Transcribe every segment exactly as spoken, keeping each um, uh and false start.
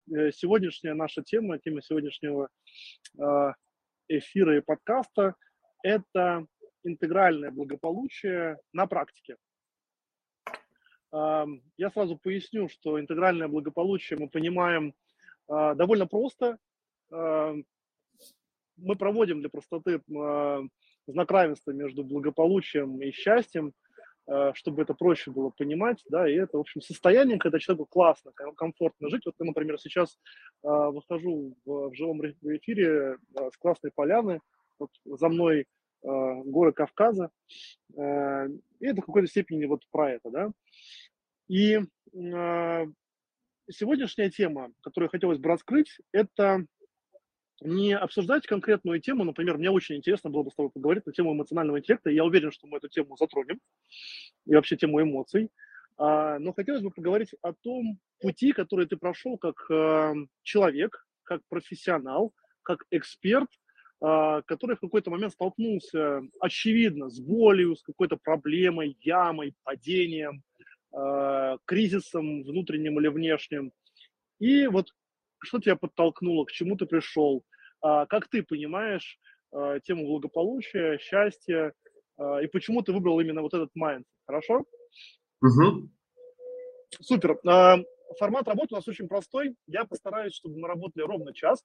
сегодняшняя наша тема, тема сегодняшнего эфира и подкаста – это интегральное благополучие на практике. Я сразу поясню, что интегральное благополучие мы понимаем довольно просто. Мы проводим для простоты знак равенства между благополучием и счастьем, чтобы это проще было понимать, да, и это, в общем, состояние, когда человеку классно, комфортно жить. Вот я, например, сейчас выхожу в, в живом эфире с классной поляны, вот за мной горы Кавказа, и это в какой-то степени вот про это, да. И сегодняшняя тема, которую хотелось бы раскрыть, это не обсуждать конкретную тему. Например, мне очень интересно было бы с тобой поговорить на тему эмоционального интеллекта. Я уверен, что мы эту тему затронем, и вообще тему эмоций. Но хотелось бы поговорить о том пути, который ты прошел как человек, как профессионал, как эксперт, который в какой-то момент столкнулся, очевидно, с болью, с какой-то проблемой, ямой, падением, кризисом внутренним или внешним. И вот что тебя подтолкнуло, к чему ты пришел, как ты понимаешь тему благополучия, счастья, и почему ты выбрал именно вот этот майнд. Хорошо? Угу. Супер. Формат работы у нас очень простой. Я постараюсь, чтобы мы работали ровно час.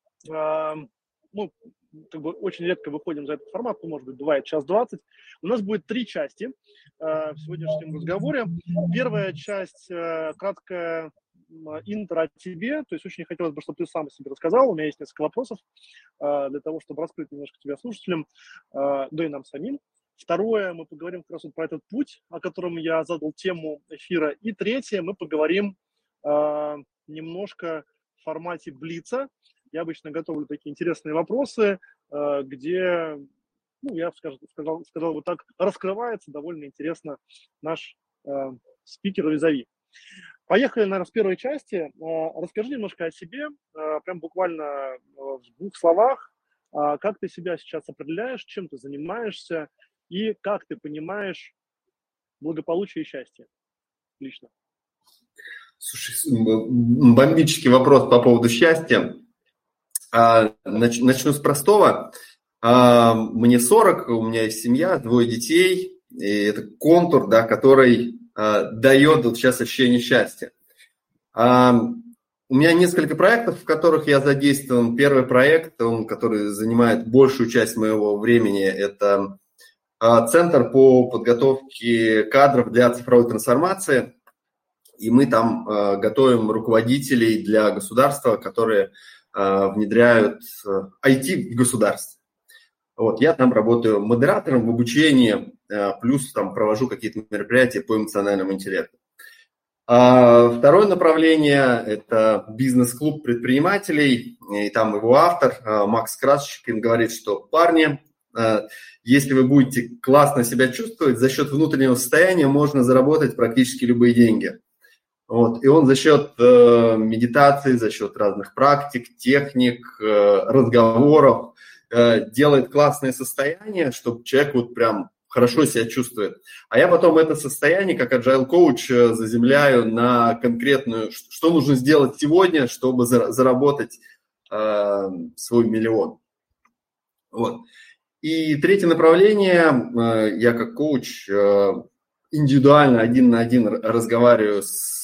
Мы как бы очень редко выходим за этот формат, ну, может быть, бывает час двадцать. У нас будет три части в сегодняшнем разговоре. Первая часть краткая интро о тебе, то есть очень хотелось бы, чтобы ты сам о себе рассказал. У меня есть несколько вопросов для того, чтобы раскрыть немножко тебя слушателям, да и нам самим. Второе, мы поговорим как раз вот про этот путь, о котором я задал тему эфира. И третье, мы поговорим немножко в формате блица. Я обычно готовлю такие интересные вопросы, где, ну, я сказал, сказал, сказал вот так, раскрывается довольно интересно наш спикер визави. Поехали, наверное, с первой части. Расскажи немножко о себе, прям буквально в двух словах, как ты себя сейчас определяешь, чем ты занимаешься и как ты понимаешь благополучие и счастье лично. Слушай, бомбический вопрос по поводу счастья. Начну с простого. Мне сорок, у меня есть семья, двое детей, и это контур, да, который дает вот сейчас ощущение счастья. У меня несколько проектов, в которых я задействован. Первый проект, он, который занимает большую часть моего времени, это Центр по подготовке кадров для цифровой трансформации. И мы там готовим руководителей для государства, которые внедряют ай ти в государстве. Вот, я там работаю модератором в обучении, плюс там провожу какие-то мероприятия по эмоциональному интеллекту. А второе направление – это бизнес-клуб предпринимателей, и там его автор Макс Красочкин говорит, что парни, если вы будете классно себя чувствовать, за счет внутреннего состояния можно заработать практически любые деньги. Вот. И он за счет э, медитации, за счет разных практик, техник, э, разговоров э, делает классное состояние, чтобы человек вот прям хорошо себя чувствует. А я потом это состояние, как agile коуч, заземляю на конкретную, что нужно сделать сегодня, чтобы за, заработать э, свой миллион. Вот. И третье направление, э, я как коуч э, индивидуально, один на один разговариваю с,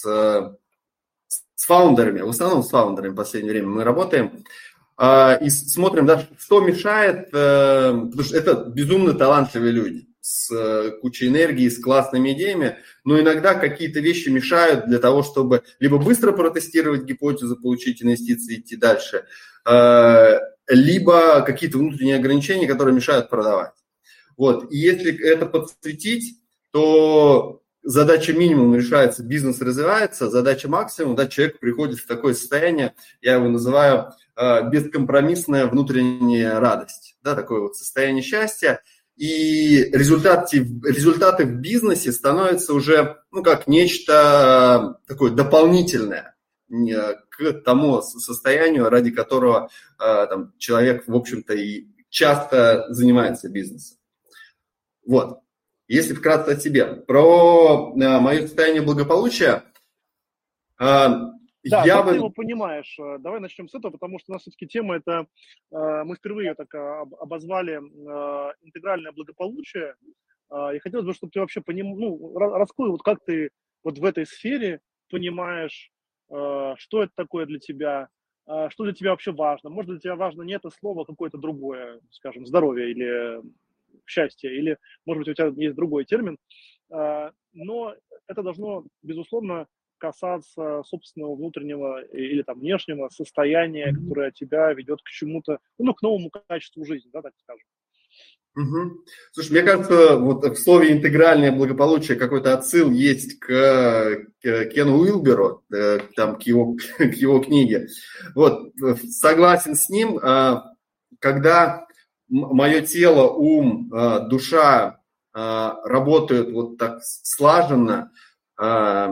с фаундерами, в основном с фаундерами в последнее время мы работаем, э, и смотрим, да, что мешает, э, потому что это безумно талантливые люди с э, кучей энергии, с классными идеями, но иногда какие-то вещи мешают для того, чтобы либо быстро протестировать гипотезу, получить инвестиции, идти дальше, э, либо какие-то внутренние ограничения, которые мешают продавать. Вот. И если это подсветить, то задача минимум решается, бизнес развивается, задача максимум, да, человек приходит в такое состояние, я его называю э, бескомпромиссная внутренняя радость, да, такое вот состояние счастья, и результаты, результаты в бизнесе становятся уже, ну, как нечто такое дополнительное к тому состоянию, ради которого э, там, человек, в общем-то, и часто занимается бизнесом. Вот. Если вкратце о себе. Про э, мое состояние благополучия. Э, Да, Я как бы... ты его понимаешь? Э, Давай начнем с этого, потому что у нас все-таки тема это, э, мы впервые ее так э, об- обозвали э, интегральное благополучие. А, И хотелось бы, чтобы ты вообще поним, ну, ра- раскрыл, вот как ты вот в этой сфере понимаешь, э, что это такое для тебя, а, что для тебя вообще важно. Может, для тебя важно не это слово, а какое-то другое, скажем, здоровье или счастье, или, может быть, у тебя есть другой термин. А, Но это должно, безусловно, касаться собственного внутреннего или там внешнего состояния, которое тебя ведет к чему-то, ну, к новому качеству жизни, да, так скажем. Мгм. Слушай, мне кажется, вот в слове интегральное благополучие какой-то отсыл есть к, к Кену Уилберу, э, там, к его, к его книге. Вот, э, согласен с ним, э, когда мое тело, ум, э, душа э, работают вот так слаженно, э,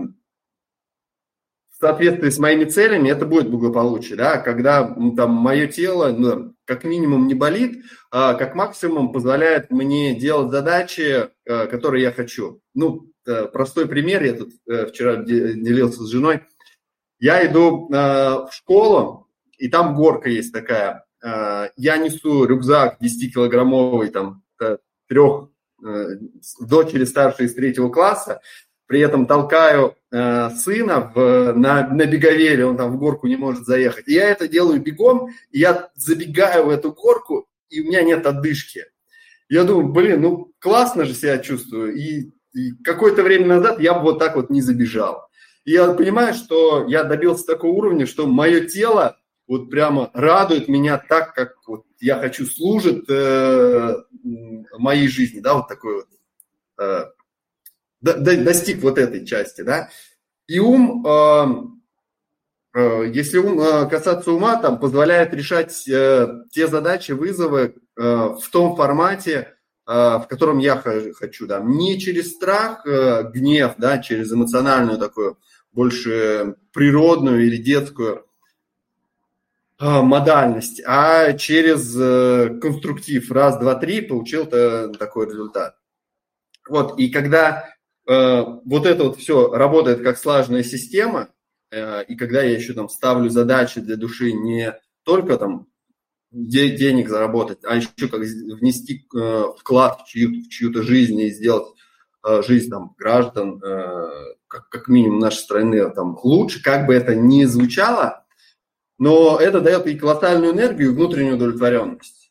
в соответствии с моими целями, это будет благополучие, да, когда там мое тело, ну, как минимум не болит, а как максимум позволяет мне делать задачи, э, которые я хочу. Ну, э, простой пример, я тут э, вчера де- делился с женой. Я иду э, в школу, и там горка есть такая. Э, я несу рюкзак десятикилограммовый, там, э, трех, э, дочери старшей из третьего класса, при этом толкаю э, сына в, на, на беговеле, он там в горку не может заехать. И я это делаю бегом, и я забегаю в эту горку, и у меня нет отдышки. Я думаю, блин, ну классно же себя чувствую. И, и какое-то время назад я бы вот так вот не забежал. И я понимаю, что я добился такого уровня, что мое тело вот прямо радует меня так, как вот я хочу, служит э, моей жизни, да, вот такой вот. Э, достиг вот этой части, да. И ум, э, э, если ум, э, касаться ума, там, позволяет решать э, те задачи, вызовы э, в том формате, э, в котором я хочу, да. Не через страх, э, гнев, да, через эмоциональную такую, больше природную или детскую э, модальность, а через э, конструктив. Раз, два, три, получил такой результат. Вот, и когда э, вот это вот все работает как слаженная система, э, и когда я еще там ставлю задачи для души не только там де- денег заработать, а еще как внести э, вклад в чью-то, в чью-то жизнь и сделать э, жизнь там граждан, э, как, как минимум нашей страны там лучше, как бы это ни звучало, но это дает и колоссальную энергию, и внутреннюю удовлетворенность.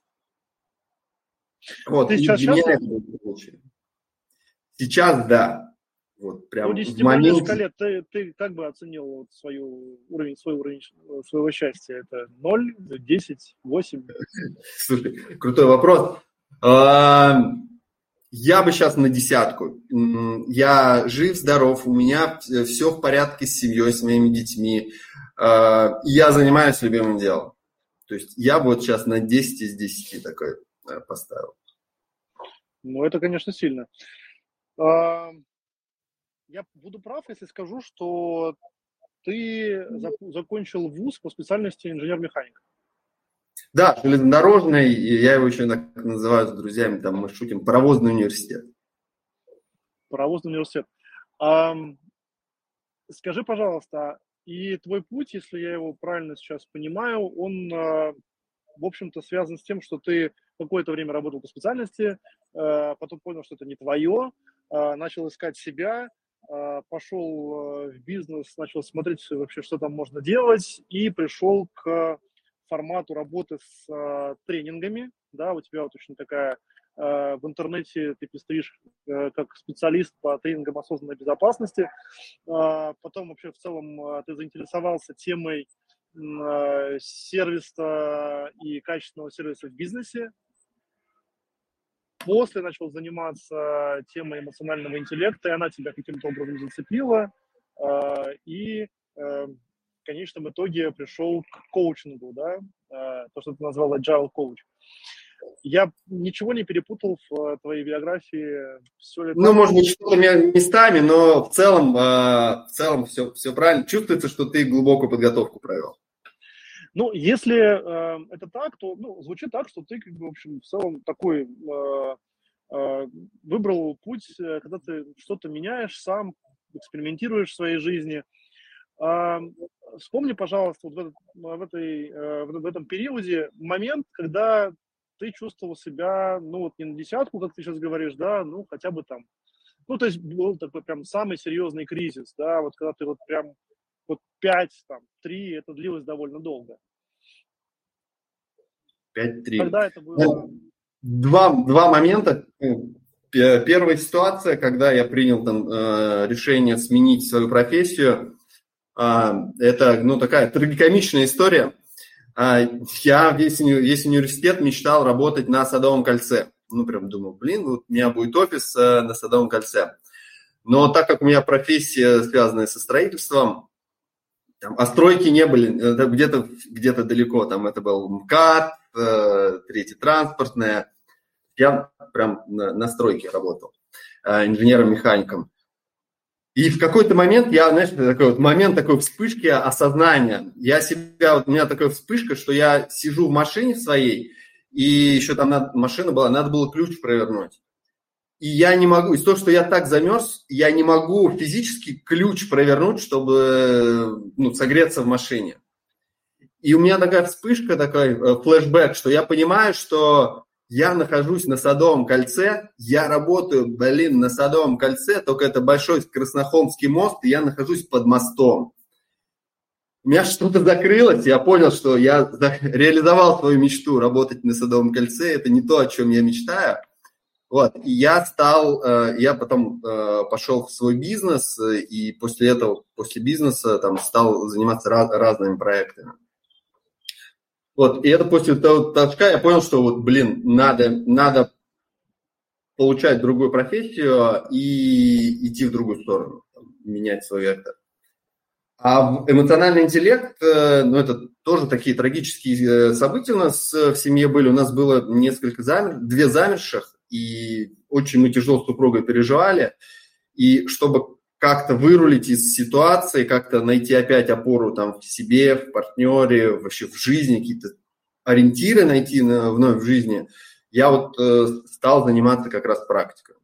Вот, Ты и сейчас для меня счастлив? это будет получение. Сейчас да. Вот По прям в десятибалльной моменте. шкале ты, ты как бы оценил вот свою уровень, свой уровень э, своего счастья? Это ноль, десять, восемь? Слушай, крутой вопрос. А, Я бы сейчас на десятку. М, Я жив, здоров, у меня все в порядке с семьей, с моими детьми. А, и Я занимаюсь любимым делом. То есть я бы вот сейчас на десять из десяти такой э, поставил. Ну, это, конечно, сильно. А, Я буду прав, если скажу, что ты зак- закончил вуз по специальности инженер-механик. Да, железнодорожный, и я его еще так называю с друзьями, там мы шутим, паровозный университет. Паровозный университет. Ам, Скажи, пожалуйста, и твой путь, если я его правильно сейчас понимаю, он, а, в общем-то, связан с тем, что ты какое-то время работал по специальности, а, потом понял, что это не твое, а, начал искать себя, а, пошел а, в бизнес, начал смотреть вообще, что там можно делать, и пришел к формату работы с а, тренингами. Да, у тебя вот очень такая а, в интернете ты пестришь э, как специалист по тренингам осознанной безопасности. А, Потом вообще в целом а, ты заинтересовался темой м, а, сервиса и качественного сервиса в бизнесе. После начал заниматься темой эмоционального интеллекта, и она тебя каким-то образом зацепила. А, И э, в конечном итоге пришел к коучингу, да, а, то, что ты назвал agile coach. Я ничего не перепутал в э, твоей биографии, все ли Ну, так? может быть, что-то местами, но в целом, э, в целом все, все правильно. Чувствуется, что ты глубокую подготовку провел. Ну, если э, это так, то ну, звучит так, что ты, как бы, в общем, в целом такой э, э, выбрал путь, э, когда ты что-то меняешь сам, экспериментируешь в своей жизни. Вспомни, пожалуйста, вот в, этот, в, этой, в этом периоде момент, когда ты чувствовал себя, ну вот не на десятку, как ты сейчас говоришь, да, ну хотя бы там, ну то есть был такой прям самый серьезный кризис, да, вот когда ты вот прям вот пять, там, три, это длилось довольно долго. пять-три. Когда это было? Ну, два, два момента. Первая ситуация, когда я принял там решение сменить свою профессию, это, ну, такая трагикомичная история. Я весь, весь университет мечтал работать на Садовом кольце. Ну, прям думал, блин, вот у меня будет офис на Садовом кольце. Но так как у меня профессия, связанная со строительством, там, а стройки не были, где-то, где-то далеко, там это был МКАД, третья транспортная. Я прям на, на стройке работал, инженером-механиком. И в какой-то момент я, знаешь, такой вот момент такой вспышки осознания. Я себя, вот у меня такая вспышка, что я сижу в машине в своей, и еще там надо, машина была, надо было ключ провернуть. И я не могу, из-за того, что я так замерз, я не могу физически ключ провернуть, чтобы, ну, согреться в машине. И у меня такая вспышка, такой флешбэк, что я понимаю, что я нахожусь на Садовом кольце, я работаю, блин, на Садовом кольце, только это большой Краснохолмский мост, и я нахожусь под мостом. У меня что-то закрылось, я понял, что я реализовал свою мечту работать на Садовом кольце, это не то, о чем я мечтаю. Вот, и я стал, я потом пошел в свой бизнес, и после этого, после бизнеса там стал заниматься разными проектами. Вот, и это после того толчка я понял, что вот, блин, надо, надо получать другую профессию и идти в другую сторону, там, менять свой вектор. А эмоциональный интеллект, ну, это тоже такие трагические события у нас в семье были. У нас было несколько замер, две замерших, и очень мы тяжело с супругой переживали. И чтобы как-то вырулить из ситуации, как-то найти опять опору там в себе, в партнере, вообще в жизни, какие-то ориентиры найти на, вновь в жизни, я вот э, стал заниматься как раз практикой.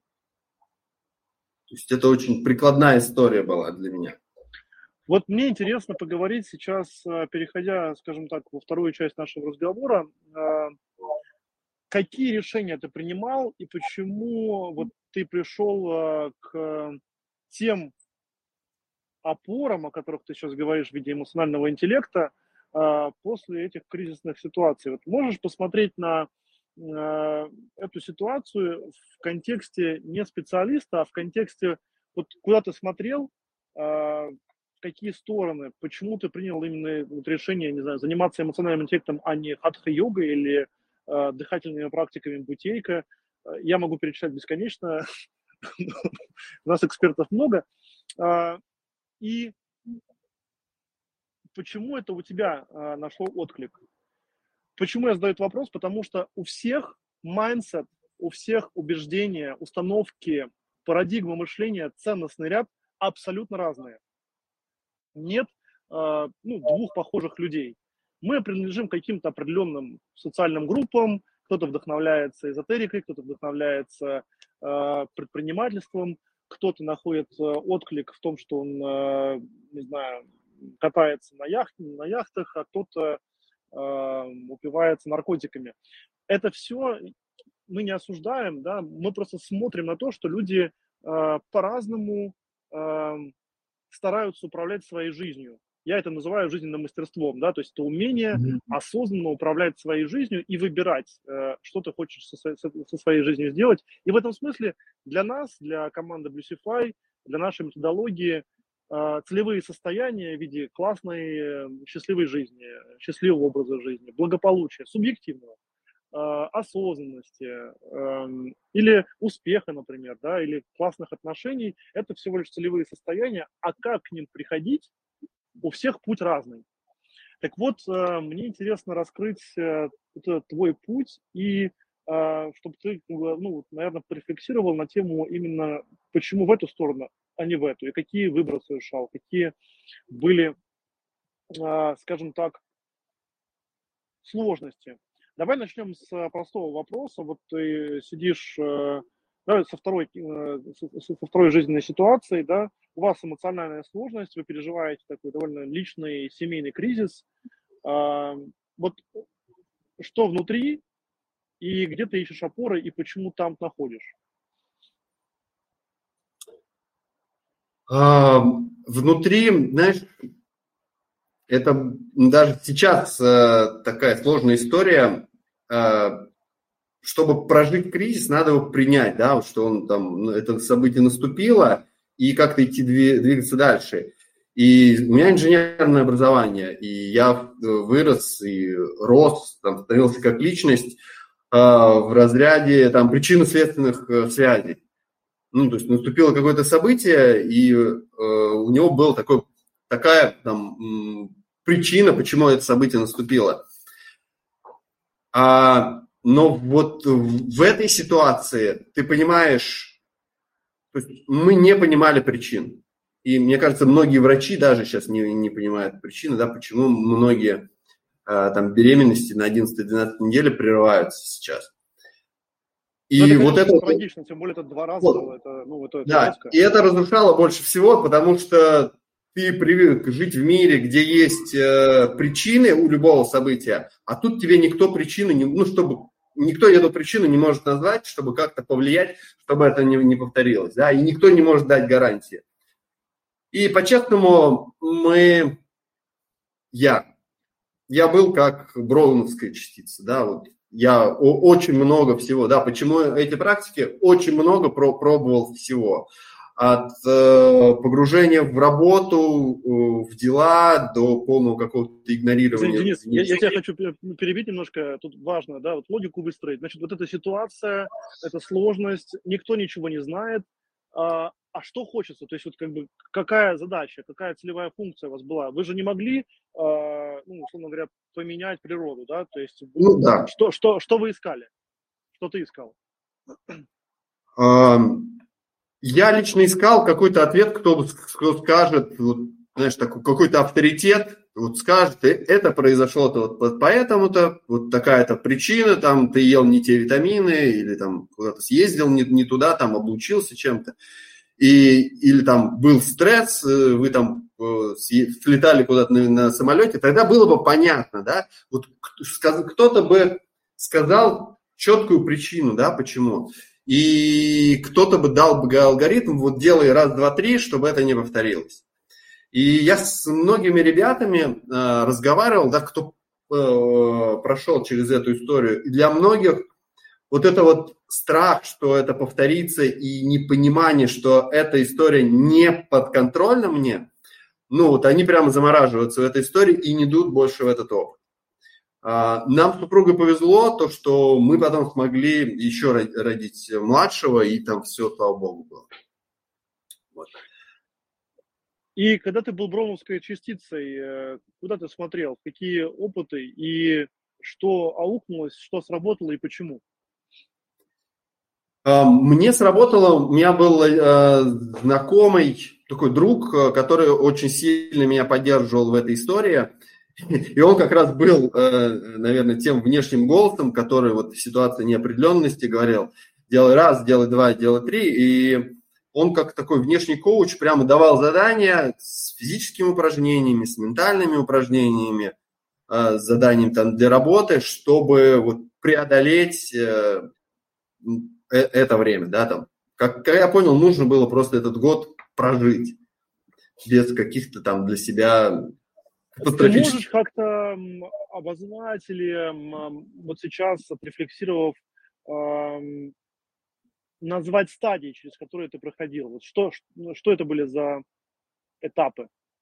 То есть это очень прикладная история была для меня. Вот мне интересно поговорить сейчас, переходя, скажем так, во вторую часть нашего разговора, какие решения ты принимал и почему вот ты пришел к тем опорам, о которых ты сейчас говоришь в виде эмоционального интеллекта, после этих кризисных ситуаций. Вот можешь посмотреть на эту ситуацию в контексте не специалиста, а в контексте, вот куда ты смотрел, какие стороны, почему ты принял именно вот решение, не знаю, заниматься эмоциональным интеллектом, а не хатха-йогой или э, дыхательными практиками бутейка. Я могу перечислять бесконечно, у нас экспертов много. И почему это у тебя нашло отклик? Почему я задаю этот вопрос? Потому что у всех майндсет, у всех убеждения, установки, парадигма мышления, ценностный ряд абсолютно разные. Нет э, ну, двух похожих людей. Мы принадлежим каким-то определенным социальным группам, кто-то вдохновляется эзотерикой, кто-то вдохновляется э, предпринимательством, кто-то находит э, отклик в том, что он, э, не знаю, катается на, яхт, на яхтах, а кто-то э, упивается наркотиками. Это все мы не осуждаем, да, мы просто смотрим на то, что люди э, по-разному э, стараются управлять своей жизнью. Я это называю жизненным мастерством, да, то есть это умение mm-hmm. осознанно управлять своей жизнью и выбирать, э, что ты хочешь со, со, со своей жизнью сделать. И в этом смысле для нас, для команды Bluesify, для нашей методологии э, целевые состояния в виде классной, э, счастливой жизни, счастливого образа жизни, благополучия, субъективного, э, осознанности э, или успеха, например, да, или классных отношений, это всего лишь целевые состояния, а как к ним приходить, у всех путь разный. Так вот, мне интересно раскрыть твой путь и чтобы ты, ну, наверное, порефлексировал на тему именно, почему в эту сторону, а не в эту, и какие выборы совершал, какие были, скажем так, сложности. Давай начнем с простого вопроса. Вот ты сидишь да, со второй, со второй жизненной ситуацией, да, у вас эмоциональная сложность, вы переживаете такой довольно личный семейный кризис. Вот что внутри и где ты ищешь опоры и почему там находишь? Внутри, знаешь, это даже сейчас такая сложная история. Чтобы прожить кризис, надо его принять, да, вот что он там, это событие наступило, и как-то идти, двигаться дальше. И у меня инженерное образование, и я вырос и рос, там, становился как личность э, в разряде там, причинно-следственных э, связей. Ну, то есть наступило какое-то событие, и э, у него была такой, такая там, м, причина, почему это событие наступило. А Но вот в этой ситуации ты понимаешь, то есть мы не понимали причин. И мне кажется, многие врачи даже сейчас не, не понимают причины, да, почему многие там беременности на одиннадцатой-двенадцатой неделе прерываются сейчас. И это, вот это трагично, тем более это два раза вот, было, это, ну, это, это да, резко. И это разрушало больше всего, потому что ты привык жить в мире, где есть э, причины у любого события, а тут тебе никто причину, не, ну, чтобы никто эту причину не может назвать, чтобы как-то повлиять, чтобы это не, не повторилось, да, и никто не может дать гарантии. И по-честному мы, я, я был как броуновская частица, да, вот я о, очень много всего, да, почему эти практики, очень много про, пробовал всего. От э, погружения в работу, э, в дела, до полного какого-то игнорирования. Денис, я, я тебя хочу перебить немножко, тут важно, да, вот логику выстроить. Значит, вот эта ситуация, эта сложность, никто ничего не знает. А, а что хочется? То есть вот как бы какая задача, какая целевая функция у вас была? Вы же не могли, а, ну, условно говоря, поменять природу, да? То есть ну, да. что, что, что вы искали? Что ты искал? Um... Я лично искал какой-то ответ, кто, кто скажет, вот, знаешь, такой, какой-то авторитет, вот скажет, это произошло-то вот поэтому-то, вот такая-то причина, там, ты ел не те витамины, или там куда-то съездил не, не туда, там, облучился чем-то, и, или там был стресс, вы там слетали куда-то на, на самолете, тогда было бы понятно, да, вот кто-то бы сказал четкую причину, да, почему. И кто-то бы дал бы алгоритм, вот делай раз, два, три, чтобы это не повторилось. И я с многими ребятами э, разговаривал, да, кто э, прошел через эту историю. И для многих вот это вот страх, что это повторится, и непонимание, что эта история не подконтрольна мне, ну вот они прямо замораживаются в этой истории и не идут больше в этот опыт. Нам с супругой повезло, то, что мы потом смогли еще родить младшего, и там все, слава богу, было. Вот. И когда ты был броуновской частицей, куда ты смотрел, какие опыты, и что аукнулось, что сработало и почему? Мне сработало, у меня был знакомый, такой друг, который очень сильно меня поддерживал в этой истории. И он как раз был, наверное, тем внешним голосом, который вот в ситуации неопределенности говорил, делай раз, делай два, делай три. И он как такой внешний коуч прямо давал задания с физическими упражнениями, с ментальными упражнениями, с заданием там для работы, чтобы вот преодолеть это время. Да, там. Как, как я понял, нужно было просто этот год прожить без каких-то там для себя... Ты можешь как-то обознать или вот сейчас, отрефлексировав, назвать стадии, через которые ты проходил? Вот что, что это были за этапы?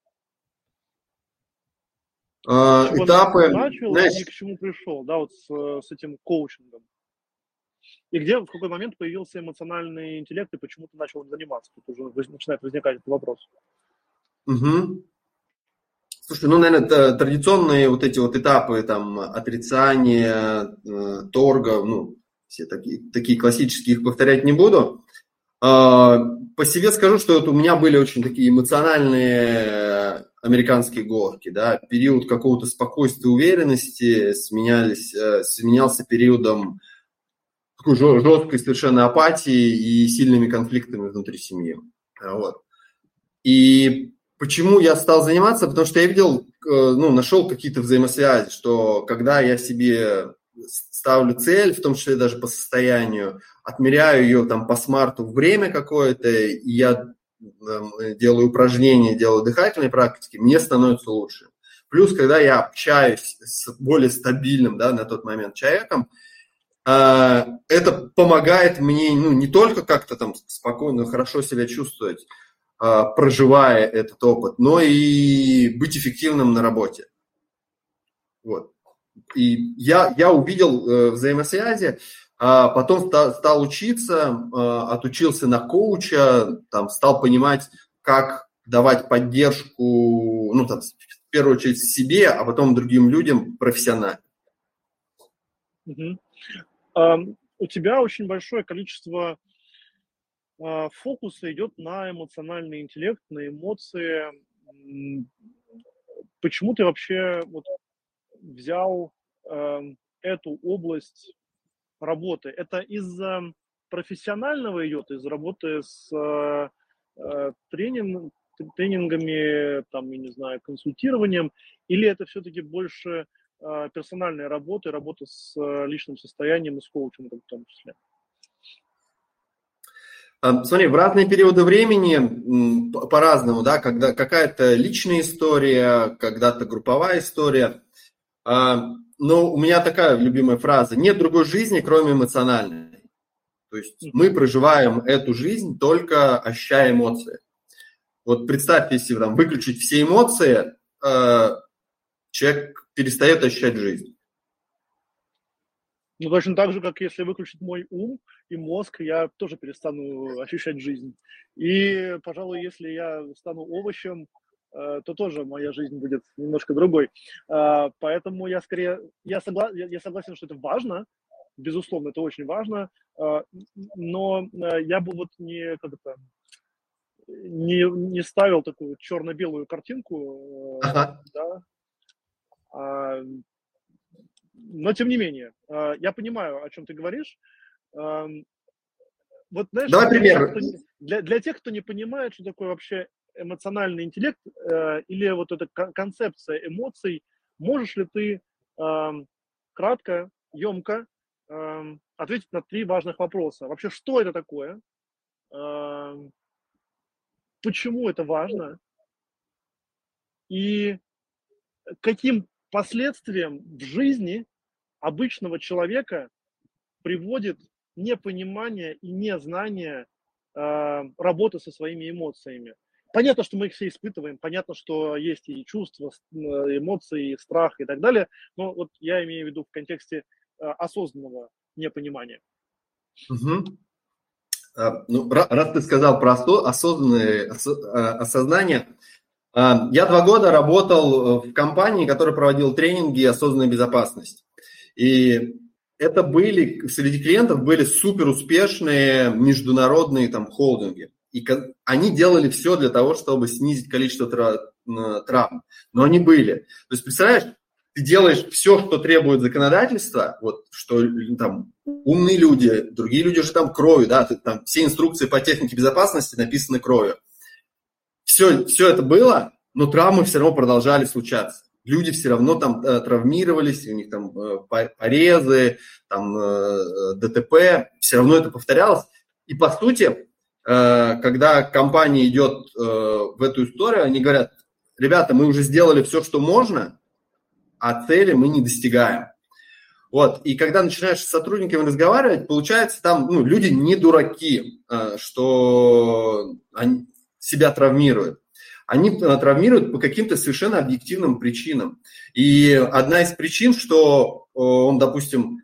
А, этапы, начал знаешь... и к чему пришел, да, вот с, с этим коучингом? И где, в какой момент появился эмоциональный интеллект и почему ты начал им заниматься? Тут уже начинает возникать этот вопрос. Угу. Слушай, ну, наверное, традиционные вот эти вот этапы, там, отрицания, э, торга, ну, все такие, такие классические, их повторять не буду. Э, по себе скажу, что вот у меня были очень такие эмоциональные американские горки, да, период какого-то спокойствия, уверенности сменялись, э, сменялся периодом такой жесткой совершенно апатией и сильными конфликтами внутри семьи. Вот. И почему я стал заниматься? Потому что я видел, ну, нашел какие-то взаимосвязи, что когда я себе ставлю цель, в том числе даже по состоянию, отмеряю ее там по смарту время какое-то, и я делаю упражнения, делаю дыхательные практики, мне становится лучше. Плюс, когда я общаюсь с более стабильным, да, на тот момент человеком, это помогает мне, ну, не только как-то там спокойно, хорошо себя чувствовать, проживая этот опыт, но и быть эффективным на работе. Вот. И я, я увидел э, взаимосвязи, а потом стал, стал учиться, э, отучился на коуча, там, стал понимать, как давать поддержку, ну, там, в первую очередь себе, а потом другим людям профессионально. Угу. А, у тебя очень большое количество а, фокуса идет на эмоциональный интеллект, на эмоции. Почему ты вообще вот взял э, эту область работы? Это из-за профессионального идет, из работы с э, э, тренинг, тренингами, там, я не знаю, консультированием, или это все-таки больше э, персональной работы, работа с э, личным состоянием и с коучингом в том числе? Смотри, в разные периоды времени по-разному, да, когда какая-то личная история, когда-то групповая история. Но у меня такая любимая фраза: нет другой жизни, кроме эмоциональной. То есть мы проживаем эту жизнь, только ощущая эмоции. Вот представьте, если там выключить все эмоции, человек перестает ощущать жизнь. Ну, точно так же, как если выключить мой ум и мозг, я тоже перестану ощущать жизнь. И, пожалуй, если я стану овощем, то тоже моя жизнь будет немножко другой. Поэтому я скорее, я, согла, я согласен, что это важно, безусловно, это очень важно, но я бы вот не, как это, не, не ставил такую черно-белую картинку, Ага. да. Но, тем не менее, я понимаю, о чем ты говоришь. Вот, знаешь, Давай для пример. тех, кто, для, для тех, кто не понимает, что такое вообще эмоциональный интеллект или вот эта концепция эмоций, можешь ли ты кратко, емко ответить на три важных вопроса? Вообще, что это такое? Почему это важно? И каким последствиям в жизни обычного человека приводит непонимание и незнание э, работы со своими эмоциями. Понятно, что мы их все испытываем, понятно, что есть и чувства, эмоции, страх и так далее, но вот я имею в виду в контексте э, осознанного непонимания. Угу. А, ну, раз ты сказал про осознанное осознание, я два года работал в компании, которая проводила тренинги «Осознанная безопасность». И это были, среди клиентов были супер успешные международные там холдинги. И они делали все для того, чтобы снизить количество травм. Но они были. То есть, представляешь, ты делаешь все, что требует законодательства, вот, что там умные люди, другие люди же там кровью, да, там все инструкции по технике безопасности написаны кровью. Все, все это было, но травмы все равно продолжали случаться. Люди все равно там э, травмировались, у них там э, порезы, там э, ДТП, все равно это повторялось. И по сути, э, когда компания идет э, в эту историю, они говорят: ребята, мы уже сделали все, что можно, а цели мы не достигаем. Вот. И когда начинаешь с сотрудниками разговаривать, получается, там ну, люди не дураки, э, что они себя травмируют. Они травмируют по каким-то совершенно объективным причинам. И одна из причин, что он, допустим,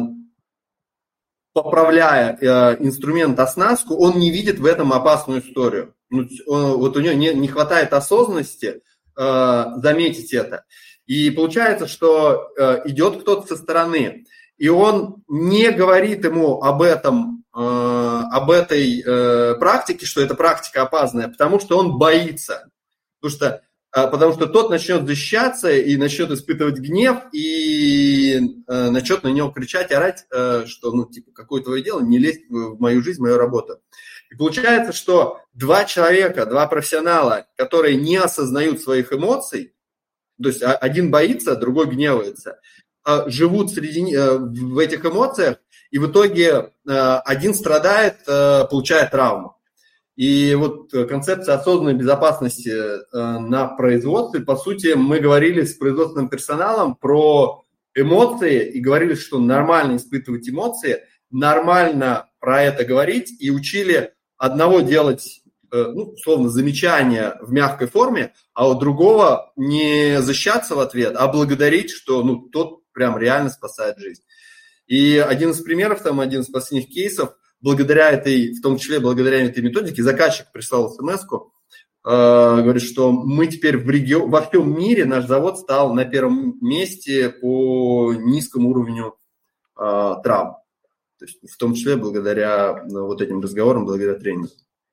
поправляя инструмент оснастку, он не видит в этом опасную историю. Вот у него не, не хватает осознанности заметить это. И получается, что идет кто-то со стороны, и он не говорит ему об этом, об этой практике, что эта практика опасная, потому что он боится. Потому что потому что тот начнет защищаться и начнет испытывать гнев, и начнет на него кричать, орать, что, ну, типа, какое твое дело, не лезь в мою жизнь, в мою работу. И получается, что два человека, два профессионала, которые не осознают своих эмоций, то есть один боится, другой гневается, живут среди, в этих эмоциях, и в итоге один страдает, получая травму. И вот концепция осознанной безопасности на производстве, по сути, мы говорили с производственным персоналом про эмоции и говорили, что нормально испытывать эмоции, нормально про это говорить, и учили одного делать, ну, условно, замечания в мягкой форме, а у другого не защищаться в ответ, а благодарить, что, ну, тот прям реально спасает жизнь. И один из примеров, там, один из последних кейсов, благодаря этой, в том числе благодаря этой методике, заказчик прислал смс-ку, э, говорит, что мы теперь в регион, во всем мире наш завод стал на первом месте по низкому уровню э, травм. То есть в том числе благодаря ну, вот этим разговорам, благодаря тренингу.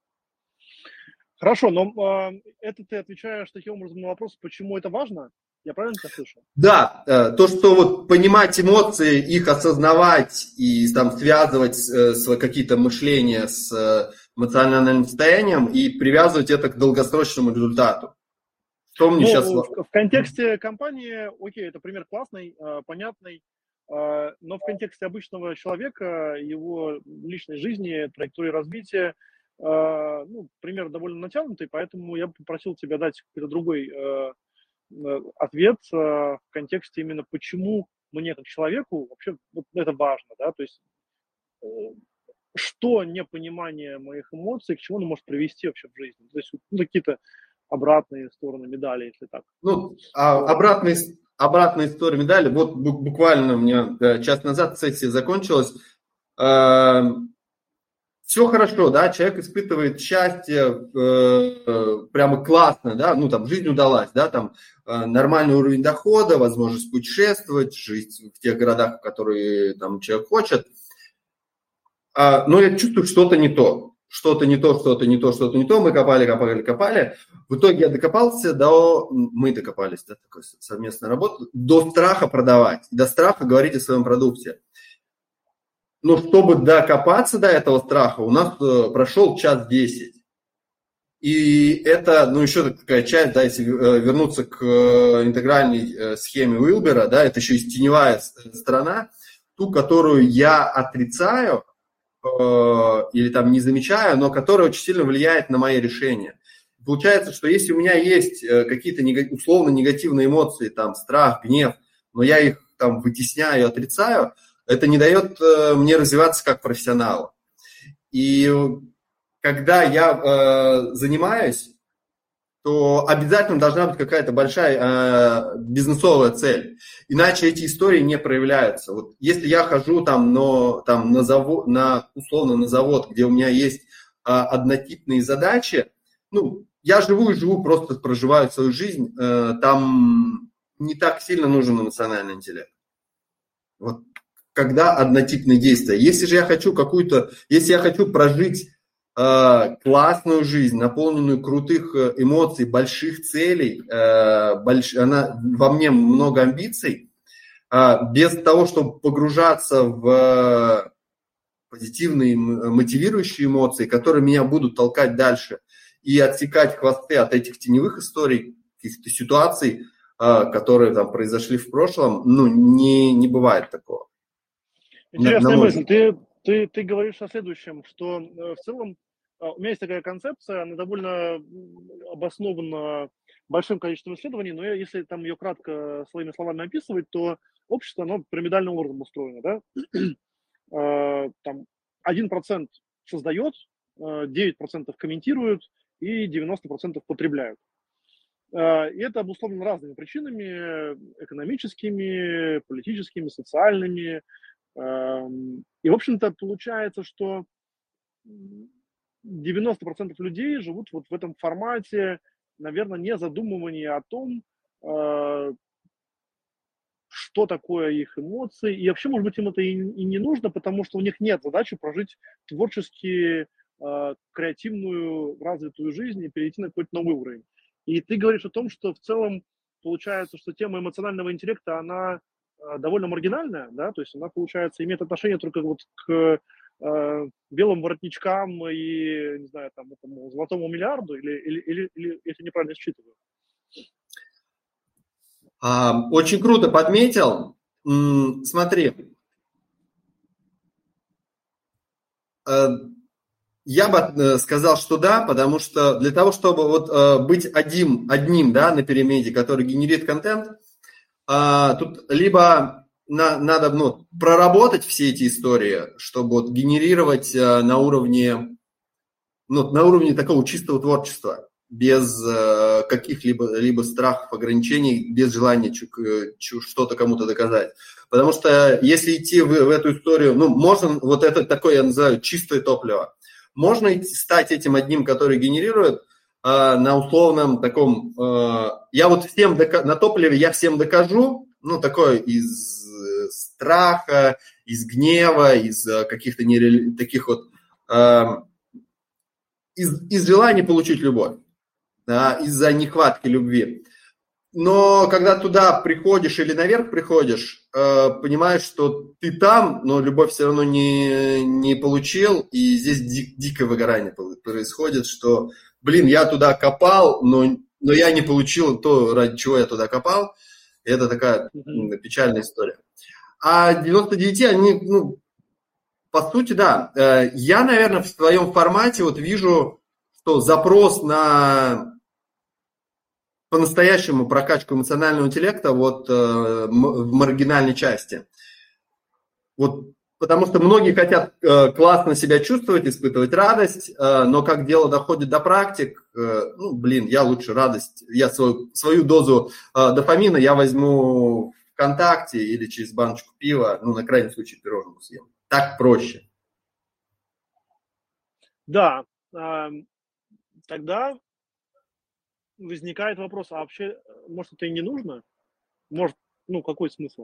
Хорошо, но э, это ты отвечаешь таким образом на вопрос, почему это важно? Я правильно тебя слышу? Да, то, что вот понимать эмоции, их осознавать и там связывать с, какие-то мышления с эмоциональным состоянием и привязывать это к долгосрочному результату. Что мне ну, сейчас... В, в контексте компании, окей, это пример классный, понятный, но в контексте обычного человека, его личной жизни, траектории развития, ну, пример довольно натянутый, поэтому я бы попросил тебя дать какой-то другой ответ э, в контексте именно почему мне как человеку вообще вот это важно, да, то есть э, что непонимание моих эмоций, к чему оно может привести вообще в жизни, то есть ну, какие-то обратные стороны медали, если так. Ну, а, обратные, обратная история медали, вот буквально у меня час назад сессия закончилась, э, все хорошо, да, человек испытывает счастье, э, прямо классно, да, ну, там, жизнь удалась, да, там, э, нормальный уровень дохода, возможность путешествовать, жить в тех городах, в которые, там, человек хочет, а, но я чувствую, что-то не то, что-то не то, что-то не то, что-то не то, мы копали, копали, копали, в итоге я докопался до, мы докопались, да, такой совместная работа, до страха продавать, до страха говорить о своем продукте. Но чтобы докопаться до этого страха, у нас э, прошел час десять. И это, ну, еще такая часть, да, если э, вернуться к э, интегральной э, схеме Уилбера, да, это еще и теневая сторона, ту, которую я отрицаю э, или там не замечаю, но которая очень сильно влияет на мои решения. Получается, что если у меня есть э, какие-то нег... условно негативные эмоции, там, страх, гнев, но я их там вытесняю, отрицаю, это не дает э, мне развиваться как профессионалу. И когда я э, занимаюсь, то обязательно должна быть какая-то большая э, бизнесовая цель. Иначе эти истории не проявляются. Вот если я хожу там, но, там на завод, на, условно на завод, где у меня есть э, однотипные задачи, ну, я живу и живу, просто проживаю свою жизнь, э, там не так сильно нужен эмоциональный интеллект. Вот. Когда однотипные действия. Если же я хочу какую-то, если я хочу прожить э, классную жизнь, наполненную крутых эмоций, больших целей, э, больш... она, во мне много амбиций, э, без того, чтобы погружаться в позитивные мотивирующие эмоции, которые меня будут толкать дальше и отсекать хвосты от этих теневых историй, каких-то ситуаций, э, которые там произошли в прошлом, ну, не, не бывает такого. Интересная мысль. Ты, ты, ты говоришь о следующем, что в целом у меня есть такая концепция, она довольно обоснована большим количеством исследований, но если там ее кратко своими словами описывать, то общество, оно пирамидальным образом устроено, да? Там один процент создает, девять процентов комментируют и девяносто процентов потребляют. И это обусловлено разными причинами, экономическими, политическими, социальными. И, в общем-то, получается, что девяносто процентов людей живут вот в этом формате, наверное, не задумывания о том, что такое их эмоции. И вообще, может быть, им это и, и не нужно, потому что у них нет задачи прожить творчески, креативную, развитую жизнь и перейти на какой-то новый уровень. И ты говоришь о том, что в целом получается, что тема эмоционального интеллекта, она э, довольно маргинальная, да, то есть она, получается, имеет отношение только вот к э, белым воротничкам и, не знаю, там, этому золотому миллиарду, или, или, или, или это неправильно считываю? А, очень круто подметил. М, Смотри, э, я бы э, сказал, что да, потому что для того, чтобы вот э, быть одним, одним, да, на пирамиде, который генерит контент, а, тут либо на, надо ну, проработать все эти истории, чтобы вот генерировать а, на уровне, ну, на уровне такого чистого творчества, без а, каких-либо либо страхов, ограничений, без желания чу, чу, что-то кому-то доказать. Потому что если идти в, в эту историю, ну, можно, вот это такое я называю чистое топливо, можно стать этим одним, который генерирует, на условном таком, я вот всем на топливе я всем докажу, ну, такое из страха, из гнева, из каких-то нереаль... таких вот, из, из желания получить любовь, да, из-за нехватки любви. Но когда туда приходишь или наверх приходишь, понимаешь, что ты там, но любовь все равно не, не получил, и здесь ди, дикое выгорание происходит, что, блин, я туда копал, но, но я не получил то, ради чего я туда копал. И это такая mm-hmm. печальная история. А девяносто девять, они, ну, по сути, да. Я, наверное, в своем формате вот вижу, что запрос на... по-настоящему прокачку эмоционального интеллекта вот э, в маргинальной части. Вот, потому что многие хотят э, классно себя чувствовать, испытывать радость, э, но как дело доходит до практик, э, ну, блин, я лучше радость, я свою, свою дозу э, дофамина я возьму ВКонтакте или через баночку пива, ну, на крайний случай пирожного съем. Так проще. Да, э, тогда возникает вопрос, а вообще, может, это и не нужно? Может, ну, какой смысл?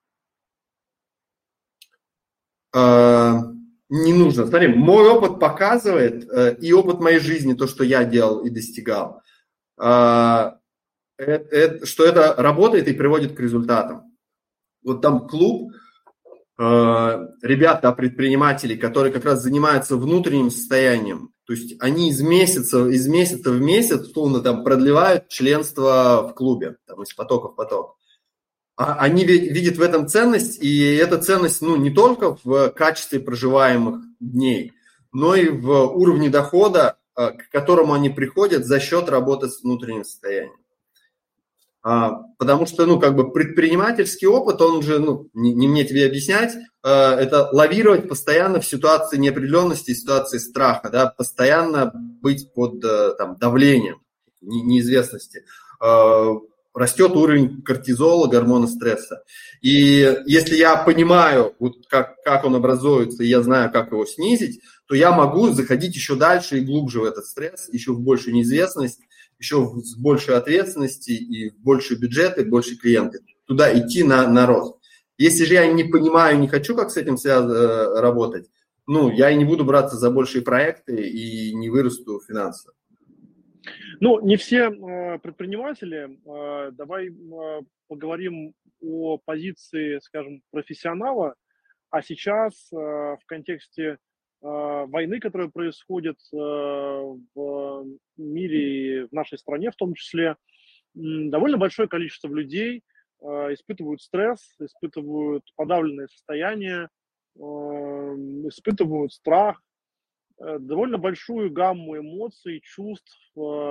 Э, не нужно. Смотри, мой опыт показывает, э, и опыт моей жизни, то, что я делал и достигал, э, это, что это работает и приводит к результатам. Вот там клуб, э, ребята, предприниматели, которые как раз занимаются внутренним состоянием, то есть они из месяца, из месяца в месяц, условно, там, продлевают членство в клубе, там, из потока в поток. А они видят в этом ценность, и эта ценность, ну, не только в качестве проживаемых дней, но и в уровне дохода, к которому они приходят за счет работы с внутренним состоянием. Потому что, ну, как бы предпринимательский опыт, он же, ну, не, не мне тебе объяснять, это лавировать постоянно в ситуации неопределенности, ситуации страха, да, постоянно быть под там, давлением неизвестности. Растет уровень кортизола, гормона стресса. И если я понимаю, вот как, как он образуется, и я знаю, как его снизить, то я могу заходить еще дальше и глубже в этот стресс, еще в большую неизвестность, еще с большей ответственности и больше бюджета, и больше клиентов. Туда идти на, на рост. Если же я не понимаю, не хочу, как с этим связано, работать, ну, я и не буду браться за большие проекты и не вырасту финансово. Ну, не все э, предприниматели. Э, давай э, поговорим о позиции, скажем, профессионала. А сейчас э, в контексте э, войны, которая происходит э, в мире и в нашей стране в том числе, э, довольно большое количество людей э, испытывают стресс, испытывают подавленное состояние, э, испытывают страх, довольно большую гамму эмоций, чувств.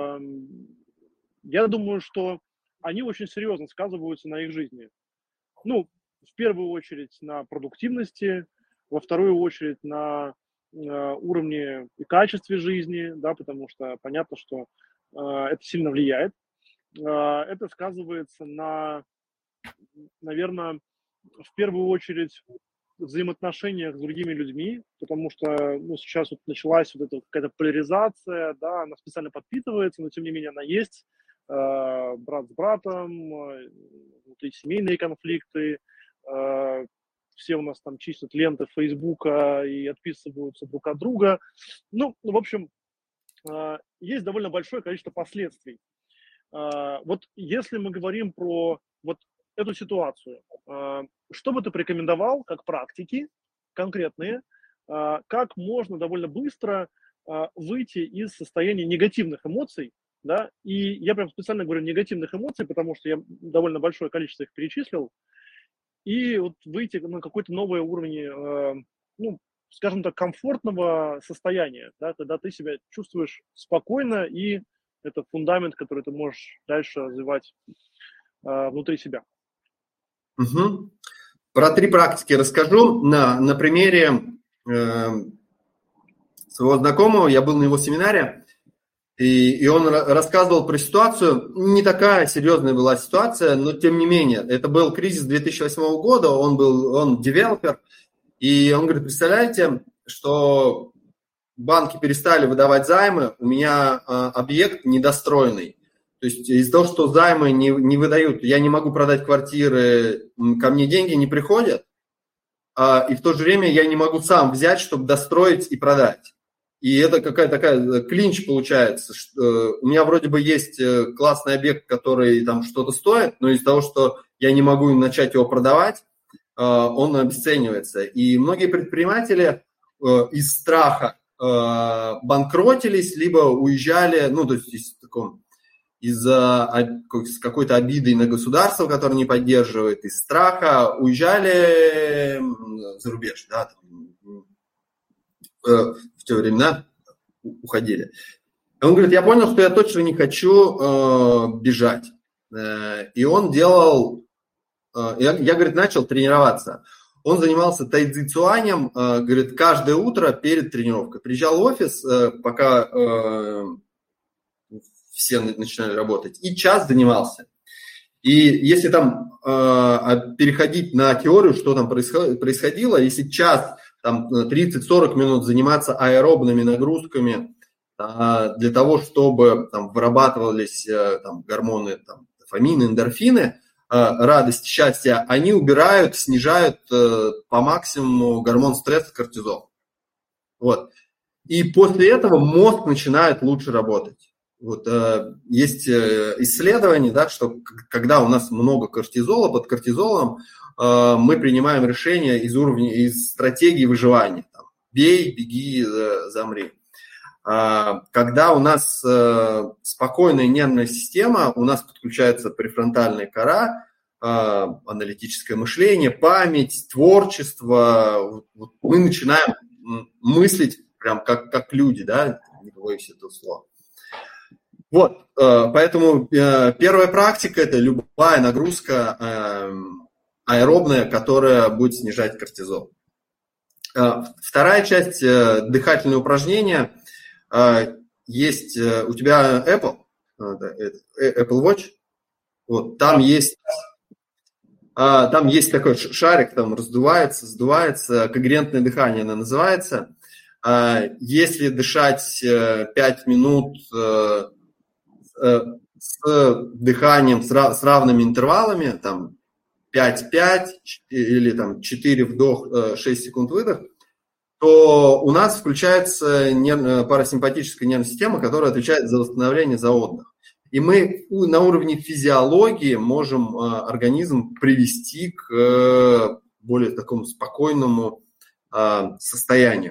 Я думаю, что они очень серьезно сказываются на их жизни. Ну, в первую очередь на продуктивности, во вторую очередь на уровне и качестве жизни, да, потому что понятно, что это сильно влияет. Это сказывается на, наверное, в первую очередь взаимоотношениях с другими людьми, потому что, ну, сейчас вот началась вот эта какая-то поляризация, да, она специально подпитывается, но тем не менее она есть, э, брат с братом, э, внутри семейные конфликты, э, все у нас там чистят ленты Фейсбука и отписываются друг от друга. Ну, в общем, э, есть довольно большое количество последствий. Вот если мы говорим про вот эту ситуацию, что бы ты порекомендовал как практики конкретные, как можно довольно быстро выйти из состояния негативных эмоций, да, и я прям специально говорю негативных эмоций, потому что я довольно большое количество их перечислил, и вот выйти на какой-то новый уровень, ну, скажем так, комфортного состояния, да, когда ты себя чувствуешь спокойно, и это фундамент, который ты можешь дальше развивать э, внутри себя. Угу. Про три практики расскажу на, на примере э, своего знакомого. Я был на его семинаре, и, и он рассказывал про ситуацию. Не такая серьезная была ситуация, но тем не менее. Это был кризис две тысячи восьмого года, он был он девелопер, и он говорит, представляете, что банки перестали выдавать займы, у меня э, объект недостроенный. То есть из-за того, что займы не, не выдают, я не могу продать квартиры, ко мне деньги не приходят, э, и в то же время я не могу сам взять, чтобы достроить и продать. И это какая-то такая клинч получается. Что, э, у меня вроде бы есть классный объект, который там что-то стоит, но из-за того, что я не могу начать его продавать, э, он обесценивается. И многие предприниматели э, из страха банкротились, либо уезжали, ну, то есть из, таком, из-за из какой-то обиды на государство, которое не поддерживает, из страха уезжали за рубеж, да, там, в те времена уходили. И он говорит, я понял, что я точно не хочу э, бежать. И он делал, э, я, я, говорит, начал тренироваться. Он занимался тайцзи-цюанем, говорит, каждое утро перед тренировкой. Приезжал в офис, пока все начинали работать, и час занимался. И если там переходить на теорию, что там происходило, если час, там тридцать-сорок минут заниматься аэробными нагрузками для того, чтобы там вырабатывались там, гормоны, там, дофамины, эндорфины, радость, счастье, они убирают, снижают э, по максимуму гормон стресса, кортизол. Вот. И после этого мозг начинает лучше работать. Вот, э, есть исследования, да, что когда у нас много кортизола, под кортизолом э, мы принимаем решения из уровня, из стратегии выживания. Там, бей, беги, э, замри. Когда у нас спокойная нервная система, у нас подключается префронтальная кора, аналитическое мышление, память, творчество. Мы начинаем мыслить прям как, как люди, да, не боюсь этого слова. Вот, поэтому первая практика – это любая нагрузка аэробная, которая будет снижать кортизол. Вторая часть – дыхательные упражнения. Есть у тебя Apple, Apple Watch, вот, там есть, там есть такой шарик, там раздувается, сдувается, когерентное дыхание оно называется. Если дышать пять минут с дыханием с равными интервалами, там пять-пять или там четыре вдох, шесть секунд выдох, то у нас включается нерв... парасимпатическая нервная система, которая отвечает за восстановление, за отдых. И мы на уровне физиологии можем организм привести к более такому спокойному состоянию.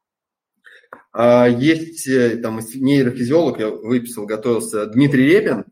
Есть там нейрофизиолог, я выписал, готовился, Дмитрий Репин.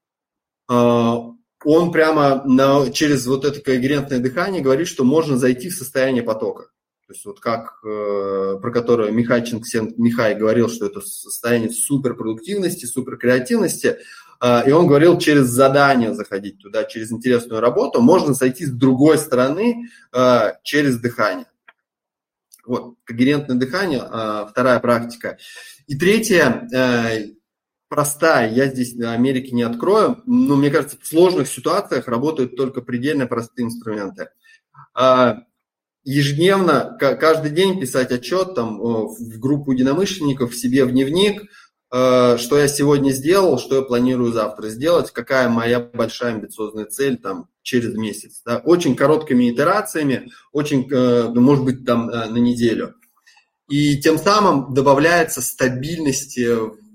Он прямо на, через вот это когерентное дыхание говорит, что можно зайти в состояние потока. То есть вот как, э, про которое Михай Михай говорил, что это состояние суперпродуктивности, суперкреативности, э, и он говорил, через задание заходить туда, через интересную работу, можно зайти с другой стороны э, через дыхание. Вот, когерентное дыхание, э, вторая практика. И третья, э, простая, я здесь на Америке не открою, но мне кажется, в сложных ситуациях работают только предельно простые инструменты. Э, Ежедневно, каждый день писать отчет там, в группу единомышленников, себе в дневник, что я сегодня сделал, что я планирую завтра сделать, какая моя большая амбициозная цель там, через месяц. Да? Очень короткими итерациями, очень, может быть, там, на неделю. И тем самым добавляется стабильности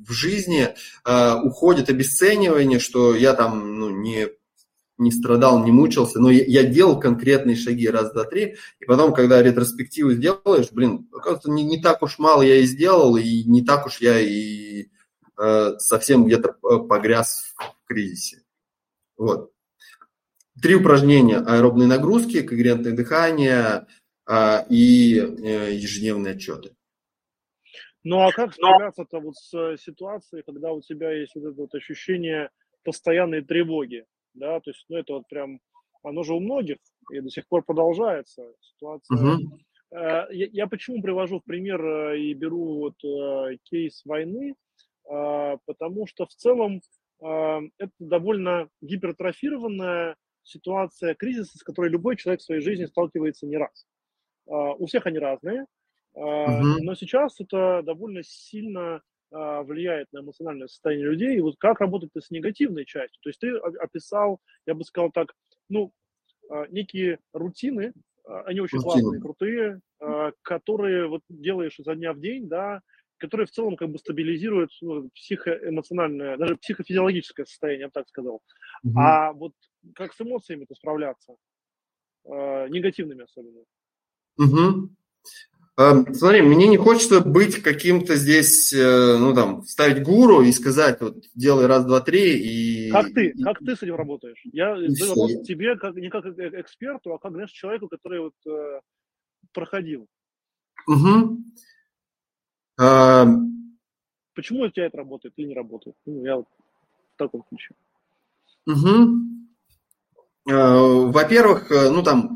в жизни э, уходит обесценивание, что я там ну, не, не страдал, не мучился, но я, я делал конкретные шаги, раз, два, три, и потом, когда ретроспективу сделаешь, блин, оказывается, не, не так уж мало я и сделал, и не так уж я и э, совсем где-то погряз в кризисе. Вот. Три упражнения: аэробные нагрузки, когерентное дыхание э, и э, ежедневные отчеты. Ну а как справляться-то вот с ситуацией, когда у тебя есть вот это вот ощущение постоянной тревоги, да, то есть, ну это вот прям, оно же у многих и до сих пор продолжается ситуация. Угу. Я, я почему привожу в пример и беру вот кейс войны, потому что в целом это довольно гипертрофированная ситуация кризиса, с которой любой человек в своей жизни сталкивается не раз. У всех они разные. Uh-huh. Но сейчас это довольно сильно а, влияет на эмоциональное состояние людей. И вот как работать с негативной частью? То есть ты описал, я бы сказал так, ну, а, некие рутины, а, они очень Рутина. классные, крутые, а, которые вот делаешь изо дня в день, да, которые в целом как бы стабилизируют ну, психоэмоциональное, даже психофизиологическое состояние, я бы так сказал. Uh-huh. А вот как с эмоциями-то справляться? А, негативными особенно. Uh-huh. Смотри, мне не хочется быть каким-то здесь, ну там, ставить гуру и сказать, вот, делай раз, два, три и... Как ты, как ты с этим работаешь? Я задаю вопрос тебе как, не как эксперту, а как, знаешь, человеку, который вот э, проходил. Угу. А... Почему у тебя это работает или не работает? Ну, я вот в таком ключе. Угу. А, во-первых, ну там,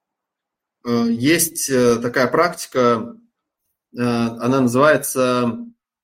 есть такая практика, она называется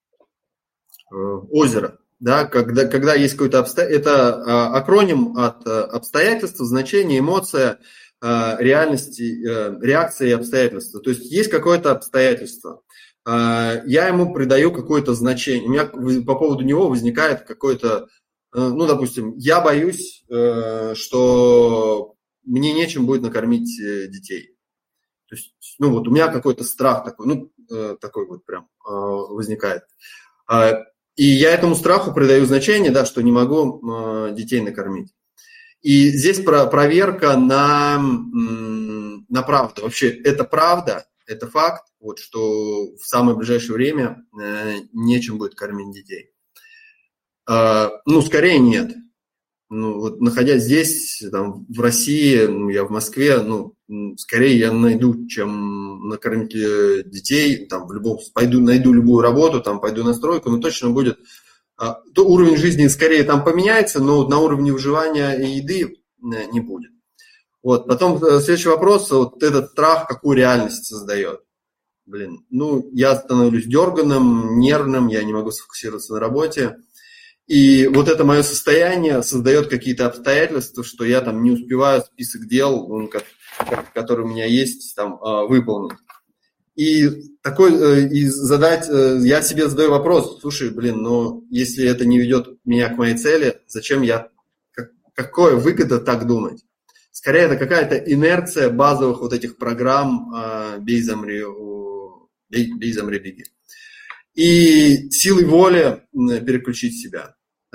озеро, да, когда, когда есть какое-то обстоятельство, это акроним от обстоятельства, значения, эмоция, реальности, реакции и обстоятельства. То есть есть какое-то обстоятельство, я ему придаю какое-то значение, у меня по поводу него возникает какое-то, ну, допустим, я боюсь, что мне нечем будет накормить детей. То есть, ну, вот у меня какой-то страх такой, ну, э, такой вот прям э, возникает. Э, и я этому страху придаю значение, да, что не могу э, детей накормить. И здесь про, проверка на, на правду. Вообще, это правда, это факт, вот, что в самое ближайшее время э, нечем будет кормить детей. Э, ну, скорее нет. Ну, вот находясь здесь, там, в России, ну, я в Москве, ну, скорее я найду, чем накормить детей, там, в любом, пойду, найду любую работу, там, пойду на стройку, но точно будет, а, то уровень жизни скорее там поменяется, но на уровне выживания и еды не будет. Вот, потом следующий вопрос, вот этот страх, какую реальность создает. Блин, ну, я становлюсь дерганым, нервным, я не могу сфокусироваться на работе. И вот это мое состояние создает какие-то обстоятельства, что я там не успеваю список дел, который у меня есть, там, выполнить. И такой, и задать, я себе задаю вопрос, слушай, блин, но если это не ведет меня к моей цели, зачем я, какая выгода так думать? Скорее, это какая-то инерция базовых вот этих программ «Бей, замри, бей, бей, замри, беги». И силой воли переключить себя.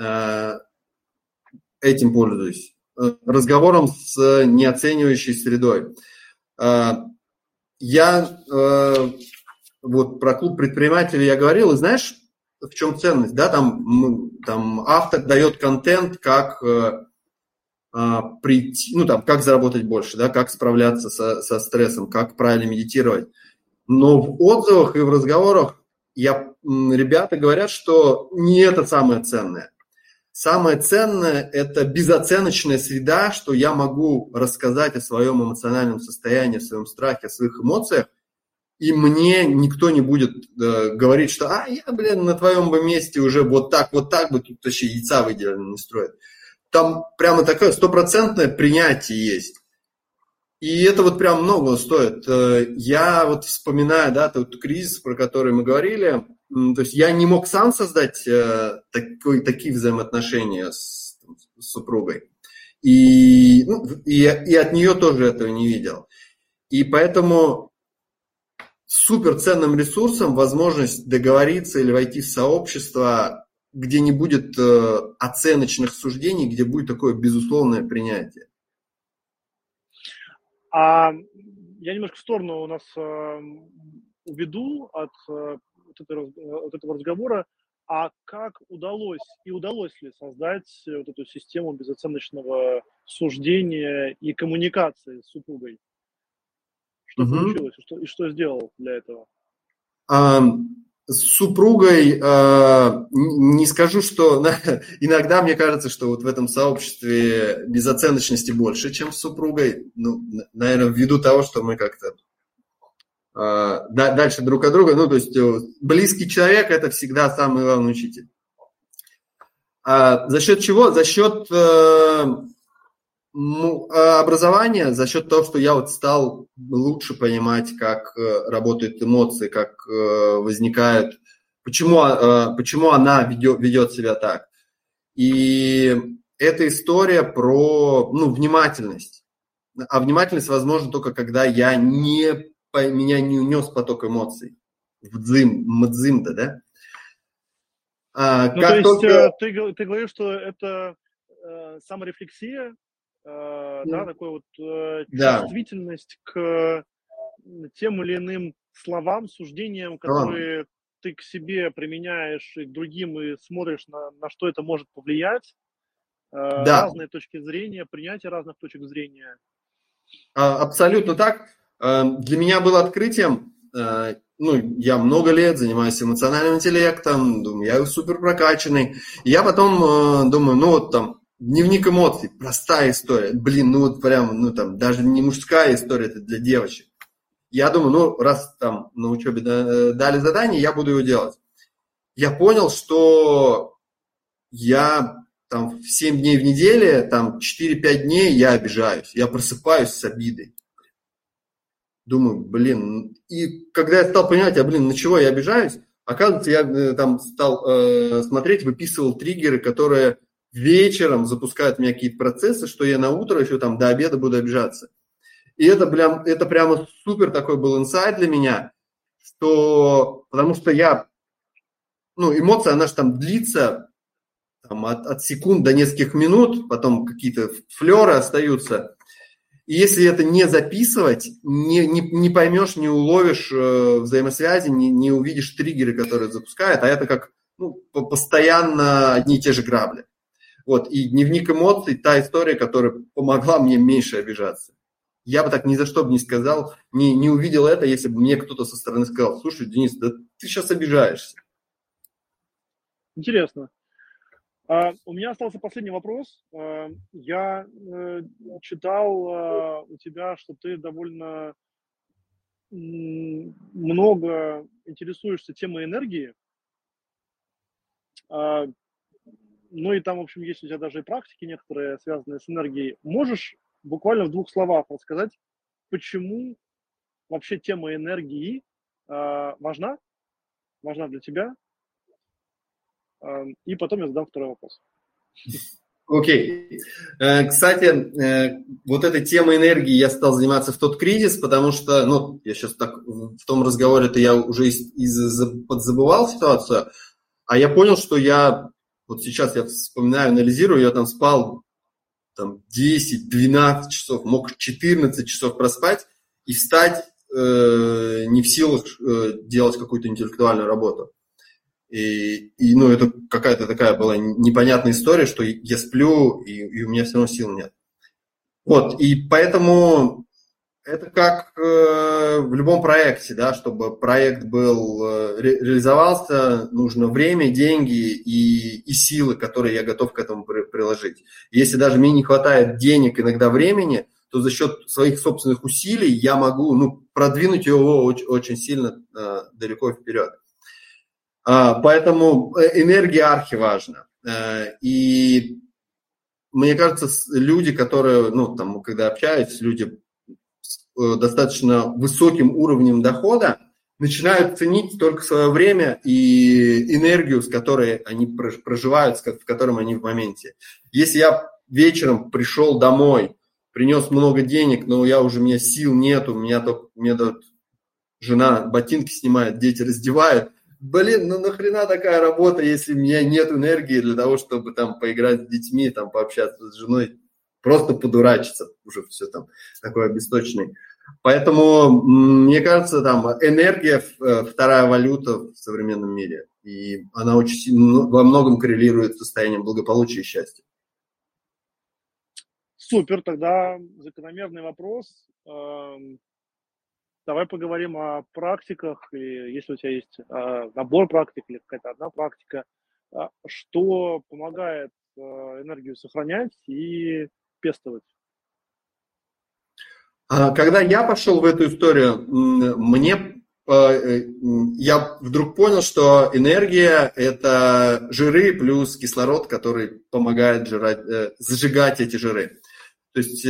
Этим пользуюсь. Разговором с неоценивающей средой. Я вот про клуб предпринимателей я говорил, и знаешь, в чем ценность? Да, там, там автор дает контент, как прийти, ну там, как заработать больше, да, как справляться со, со стрессом, как правильно медитировать. Но в отзывах и в разговорах я, ребята говорят, что не это самое ценное. Самое ценное – это безоценочная среда, что я могу рассказать о своем эмоциональном состоянии, о своем страхе, о своих эмоциях, и мне никто не будет э, говорить, что «а, я, блин, на твоем бы месте уже вот так, вот так бы, тут вообще яйца выделенно не строят». Там прямо такое стопроцентное принятие есть. И это вот прям много стоит. Я вот вспоминаю, да, тот кризис, про который мы говорили, то есть я не мог сам создать такой, такие взаимоотношения с, с супругой. И, ну, и, и от нее тоже этого не видел. И поэтому супер ценным ресурсом возможность договориться или войти в сообщество, где не будет э, оценочных суждений, где будет такое безусловное принятие. А я немножко в сторону у нас э, уведу от, э, от, этого, от этого разговора. А как удалось и удалось ли создать вот эту систему безоценочного суждения и коммуникации с супругой? Что угу. получилось и что, и что сделал для этого? А, с супругой а, не скажу, что иногда мне кажется, что вот в этом сообществе безоценочности больше, чем с супругой. Ну, наверное, ввиду того, что мы как-то а, дальше друг от друга. Ну, то есть близкий человек – это всегда самый главный учитель. А за счет чего? За счет образования, за счет того, что я вот стал лучше понимать, как работают эмоции, как возникают, почему, почему она ведет, ведет себя так. И эта история про ну, внимательность. А внимательность возможна только когда я не, меня не унес поток эмоций. Вдзым, мдзым-да, да? А, ну, то есть только... ты, ты говоришь, что это э, саморефлексия, э, ну, да, такой вот э, чувствительность да. к тем или иным словам, суждениям, которые а. ты к себе применяешь и к другим, и смотришь, на, на что это может повлиять. Э, да. Разные точки зрения, принятие разных точек зрения. А, абсолютно так. Для меня было открытием, ну, я много лет занимаюсь эмоциональным интеллектом, думаю, я супер прокачанный. И я потом думаю, ну вот там, дневник эмоций, простая история. Блин, ну вот прям, ну там, даже не мужская история, это для девочек. Я думаю, ну раз там на учебе дали задание, я буду его делать. Я понял, что я там в семь дней в неделю, там четыре-пять дней я обижаюсь, я просыпаюсь с обидой. Думаю, блин, и когда я стал понимать, а блин, на чего я обижаюсь, оказывается, я там стал э, смотреть, выписывал триггеры, которые вечером запускают у меня какие-то процессы, что я на утро еще там до обеда буду обижаться. И это, прям, это прямо супер такой был инсайт для меня, что, потому что я, ну, эмоция, она же там длится там, от, от секунд до нескольких минут, потом какие-то флеры остаются. И если это не записывать, не, не, не поймешь, не уловишь э, взаимосвязи, не, не увидишь триггеры, которые запускают, а это как ну, постоянно одни и те же грабли. Вот. И дневник эмоций – та история, которая помогла мне меньше обижаться. Я бы так ни за что бы не сказал, не, не увидел это, если бы мне кто-то со стороны сказал, слушай, Денис, да ты сейчас обижаешься. Интересно. Uh, у меня остался последний вопрос. Uh, я uh, читал uh, у тебя, что ты довольно mm, много интересуешься темой энергии. Uh, ну и там, в общем, есть у тебя даже и практики некоторые, связанные с энергией. Можешь буквально в двух словах рассказать, почему вообще тема энергии uh, важна, важна для тебя? И потом я задам второй вопрос. Окей. Okay. Кстати, вот этой темой энергии я стал заниматься в тот кризис, потому что, ну, я сейчас так в том разговоре-то я уже из, из, подзабывал ситуацию, а я понял, что я, вот сейчас я вспоминаю, анализирую, я там спал там, десять-двенадцать часов, мог четырнадцать часов проспать и встать э, не в силах э, делать какую-то интеллектуальную работу. И, и ну, это какая-то такая была непонятная история, что я сплю, и, и у меня все равно сил нет. Вот, и поэтому это как э, в любом проекте, да, чтобы проект был, э, ре, реализовался, нужно время, деньги и, и силы, которые я готов к этому при, приложить. Если даже мне не хватает денег, иногда времени, то за счет своих собственных усилий я могу ну, продвинуть его очень, очень сильно э, далеко вперед. Поэтому энергия архиважна. И мне кажется, люди, которые, ну, там, когда общаюсь, люди с достаточно высоким уровнем дохода, начинают ценить только свое время и энергию, с которой они проживают, в котором они в моменте. Если я вечером пришел домой, принес много денег, но я уже, у меня сил нет, у меня только, мне жена ботинки снимает, дети раздевают. Блин, ну нахрена такая работа, если у меня нет энергии для того, чтобы там поиграть с детьми, там пообщаться с женой, просто подурачиться, уже все там такое обесточенное. Поэтому, мне кажется, там энергия – вторая валюта в современном мире, и она очень сильно, во многом коррелирует с состоянием благополучия и счастья. Супер, тогда закономерный вопрос. Давай поговорим о практиках, или если у тебя есть набор практик или какая-то одна практика, что помогает энергию сохранять и пестовать. Когда я пошел в эту историю, мне, я вдруг понял, что энергия – это жиры плюс кислород, который помогает жрать, сжигать эти жиры. То есть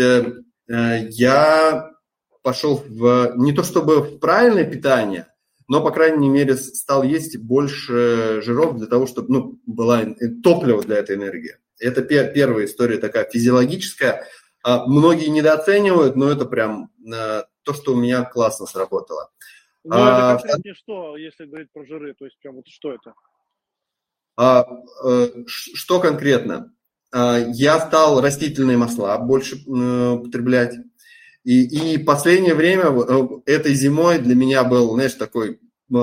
я пошел в, не то чтобы в правильное питание, но, по крайней мере, стал есть больше жиров для того, чтобы ну, была топливо для этой энергии. Это первая история такая физиологическая. Многие недооценивают, но это прям то, что у меня классно сработало. Ну, это конкретнее что, если говорить про жиры? То есть прям вот что это? Что конкретно? Я стал растительные масла больше употреблять. И, и последнее время, этой зимой для меня был, знаешь, такой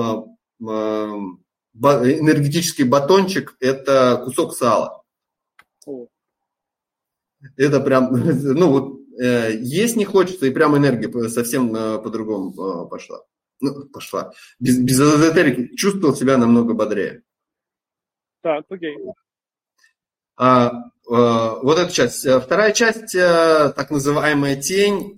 энергетический батончик, это кусок сала. О. Это прям, ну вот, есть не хочется, и прям энергия совсем по-другому пошла. Ну, пошла. Без, без эзотерики чувствовал себя намного бодрее. Так, окей. А, а, вот эта часть. Вторая часть, так называемая тень,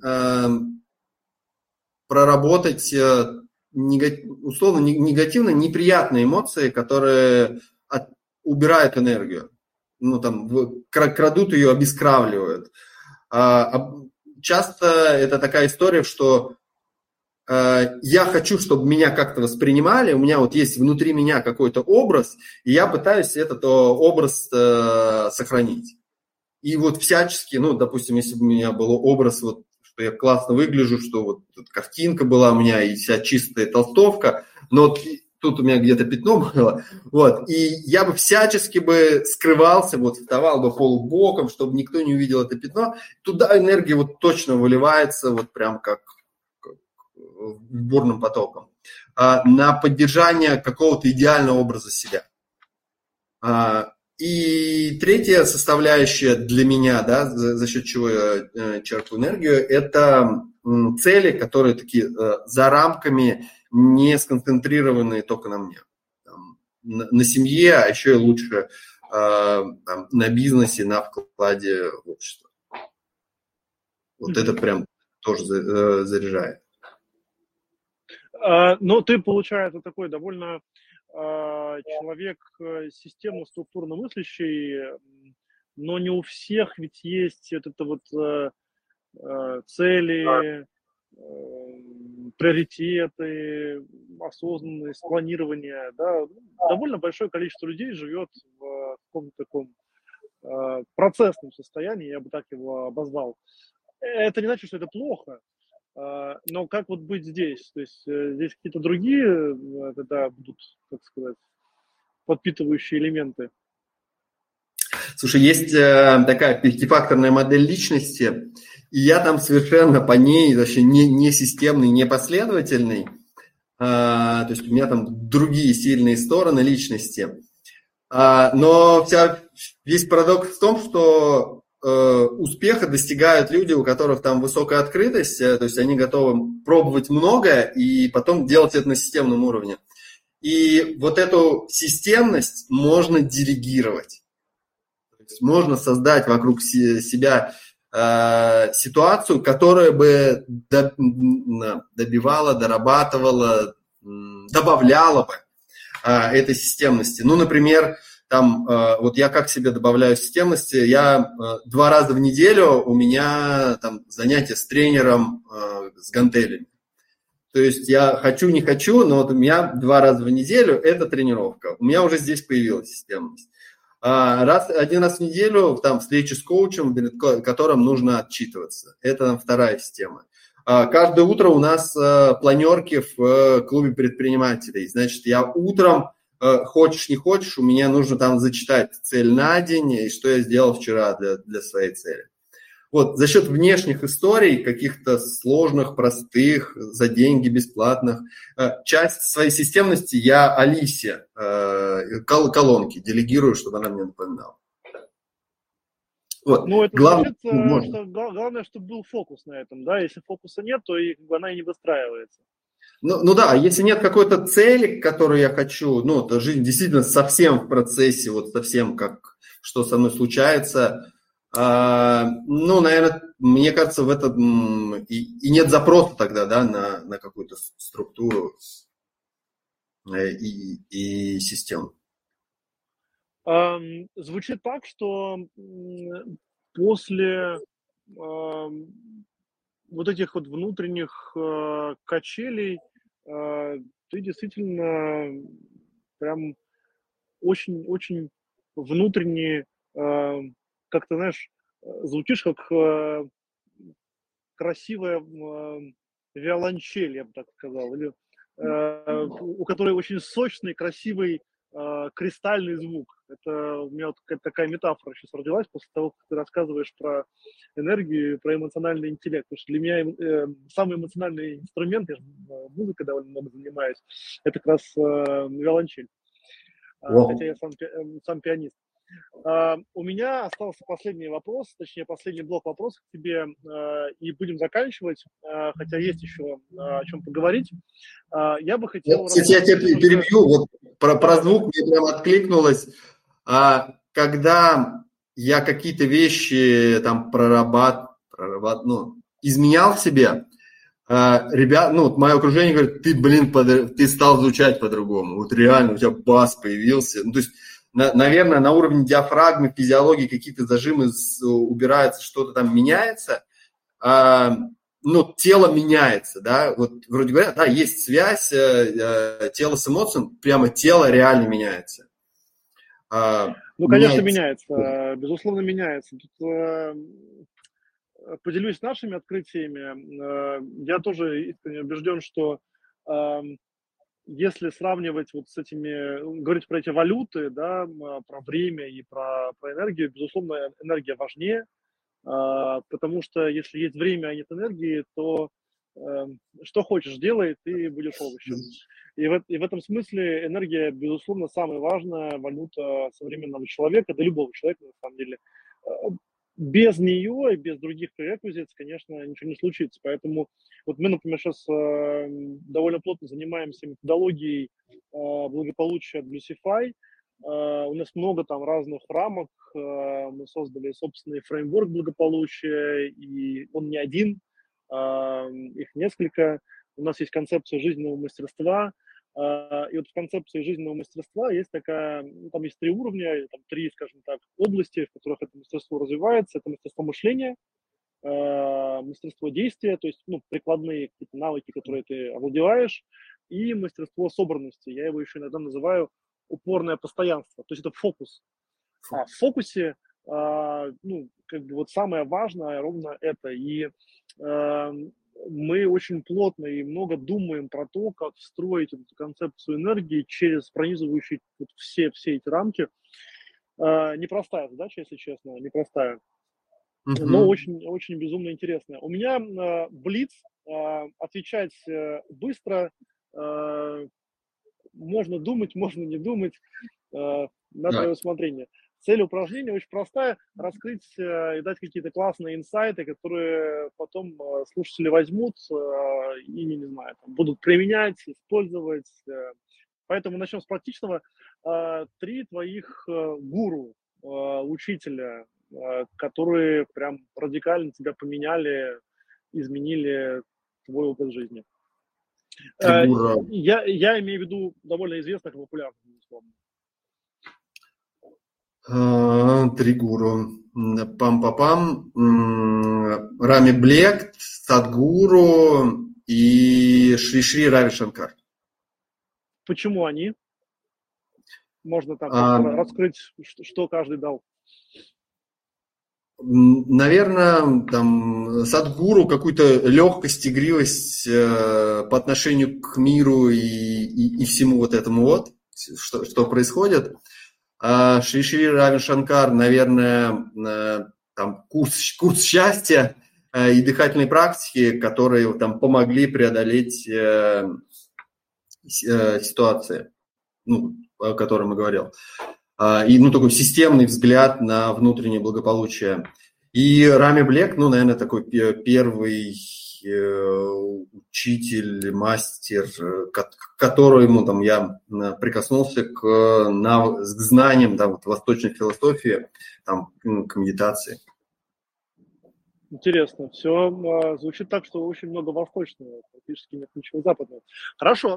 проработать условно негативно неприятные эмоции, которые от, убирают энергию. Ну, там, крадут ее, обескравливают. Часто это такая история, что я хочу, чтобы меня как-то воспринимали, у меня вот есть внутри меня какой-то образ, и я пытаюсь этот образ сохранить. И вот всячески, ну, допустим, если бы у меня был образ, вот, что я классно выгляжу, что вот тут картинка была у меня и вся чистая толстовка, но вот тут у меня где-то пятно было, вот, и я бы всячески бы скрывался, вот, вставал бы полубоком, чтобы никто не увидел это пятно, туда энергия вот точно выливается, вот прям как, как бурным потоком, а, на поддержание какого-то идеального образа себя. А, и третья составляющая для меня, да, за, за счет чего я э, черпаю энергию, это м, цели, которые такие э, за рамками, не сконцентрированные только на мне. Там, на, на семье, а еще и лучше э, там, на бизнесе, на вкладе в общество. Вот mm-hmm. это прям тоже за, э, заряжает. Uh, ну, ты, получается, такой довольно uh, человек системно структурно мыслящий, но не у всех ведь есть вот это вот uh, uh, цели, uh, приоритеты, осознанность, планирование, да. Довольно большое количество людей живет в каком-то таком uh, процессном состоянии, я бы так его обозвал. Это не значит, что это плохо. Но как вот быть здесь? То есть здесь какие-то другие тогда будут, так сказать, подпитывающие элементы? Слушай, есть такая пятифакторная модель личности, и я там совершенно по ней вообще не, не системный, не последовательный. То есть у меня там другие сильные стороны личности. Но вся, весь парадокс в том, что успеха достигают люди, у которых там высокая открытость, то есть они готовы пробовать многое и потом делать это на системном уровне. И вот эту системность можно делегировать. То есть можно создать вокруг себя э, ситуацию, которая бы добивала, дорабатывала, добавляла бы э, этой системности. Ну, например, там, вот я как себе добавляю системности, я два раза в неделю у меня там занятия с тренером с гантелями. То есть я хочу, не хочу, но вот у меня два раза в неделю это тренировка. У меня уже здесь появилась системность. Раз, один раз в неделю там встречи с коучем, перед которым нужно отчитываться. Это вторая система. Каждое утро у нас планерки в клубе предпринимателей. Значит, я утром, хочешь не хочешь, у меня нужно там зачитать цель на день и что я сделал вчера для, для своей цели. Вот, за счет внешних историй, каких-то сложных, простых, за деньги, бесплатных, часть своей системности я Алисе, колонки, делегирую, чтобы она мне напоминала. Вот. Ну, это главное, значит, что, главное, чтобы был фокус на этом, да, если фокуса нет, то и, как бы, она и не выстраивается. Ну, ну да, если нет какой-то цели, которую я хочу, ну, то жизнь действительно совсем в процессе, вот совсем как, что со мной случается, а, ну, наверное, мне кажется, в этом и, и нет запроса тогда, да, на, на какую-то структуру и, и систему. Звучит так, что после вот этих вот внутренних качелей ты действительно прям очень-очень внутренне, как ты знаешь, звучишь как красивая виолончель, я бы так сказал, или у которой очень сочный, красивый кристальный звук. Это у меня вот такая метафора сейчас родилась после того, как ты рассказываешь про энергию, про эмоциональный интеллект. Потому что для меня э, самый эмоциональный инструмент, я же музыкой довольно много занимаюсь, это как раз э, виолончель. Wow. Хотя я сам, сам пианист. Uh, у меня остался последний вопрос, точнее, последний блок вопросов к тебе, uh, и будем заканчивать, uh, хотя есть еще uh, о чем поговорить. Uh, я бы хотел... Кстати, я тебя немножко... перебью, вот про, про звук мне прям откликнулось. А, когда я какие-то вещи там прорабат, прорабат, ну, изменял в себе, а, ребят, ну, вот мое окружение говорит, ты, блин, под... ты стал звучать по-другому, вот реально у тебя бас появился, ну, то есть наверное, на уровне диафрагмы, физиологии какие-то зажимы убираются, что-то там меняется, а, но тело меняется, да, вот вроде говорят, да, есть связь э, тело с эмоциями, прямо тело реально меняется. А, ну, конечно, меняется, меняется, безусловно, меняется. Тут, э, поделюсь нашими открытиями. Э, я тоже искренне убежден, что э, если сравнивать вот с этими, говорить про эти валюты, да, про время и про, про энергию, безусловно, энергия важнее, потому что если есть время, а нет энергии, то что хочешь делай, ты будешь овощем. И в, и в этом смысле энергия, безусловно, самая важная валюта современного человека, да любого человека, на самом деле. Без нее и без других prerequisites, конечно, ничего не случится. Поэтому вот мы, например, сейчас э, довольно плотно занимаемся методологией э, благополучия от Bluesify. Э, у нас много там разных рамок. Э, мы создали собственный фреймворк благополучия, и он не один, э, их несколько. У нас есть концепция жизненного мастерства. И вот в концепции жизненного мастерства есть такая, ну, там есть три уровня, там три, скажем так, области, в которых это мастерство развивается. Это мастерство мышления, мастерство действия, то есть, ну, прикладные какие-то навыки, которые ты овладеваешь, и мастерство собранности. Я его еще иногда называю упорное постоянство. То есть это фокус. А в фокусе, ну, как бы вот самое важное ровно это. И мы очень плотно и много думаем про то, как встроить эту концепцию энергии через пронизывающие вот все, все эти рамки. Э, непростая задача, если честно, непростая, uh-huh. но очень, очень безумно интересная. У меня э, блиц, э, отвечать э, быстро, э, можно думать, можно не думать, э, на твое усмотрение. Цель упражнения очень простая – раскрыть э, и дать какие-то классные инсайты, которые потом э, слушатели возьмут э, и, не знаю, там, будут применять, использовать. Э. Поэтому начнем с практичного. Э, три твоих э, гуру, э, учителя, э, которые прям радикально тебя поменяли, изменили твой опыт жизни. Э, я, я имею в виду довольно известных и популярных, безусловно. Три гуру. Пам-пам-пам. Рами Блек, Садгуру и Шри-Шри Рави Шанкар. Почему они? Можно так а, раскрыть, что каждый дал. наверное, там Садхгуру, какую-то легкость, игривость э, по отношению к миру и, и, и всему вот этому вот, что, что происходит. А Шри Шри Рави Шанкар, наверное, э, там курс, курс счастья э, и дыхательной практики, которые там помогли преодолеть э, э, ситуации, ну, о которой мы говорил. И, ну, такой системный взгляд на внутреннее благополучие. И Рами Блек, ну, наверное, такой первый учитель, мастер, к которому там я прикоснулся к, к знаниям, да, вот, восточной философии, там, к медитации. Интересно. Все звучит так, что очень много восточного, практически нет ничего западного. Хорошо.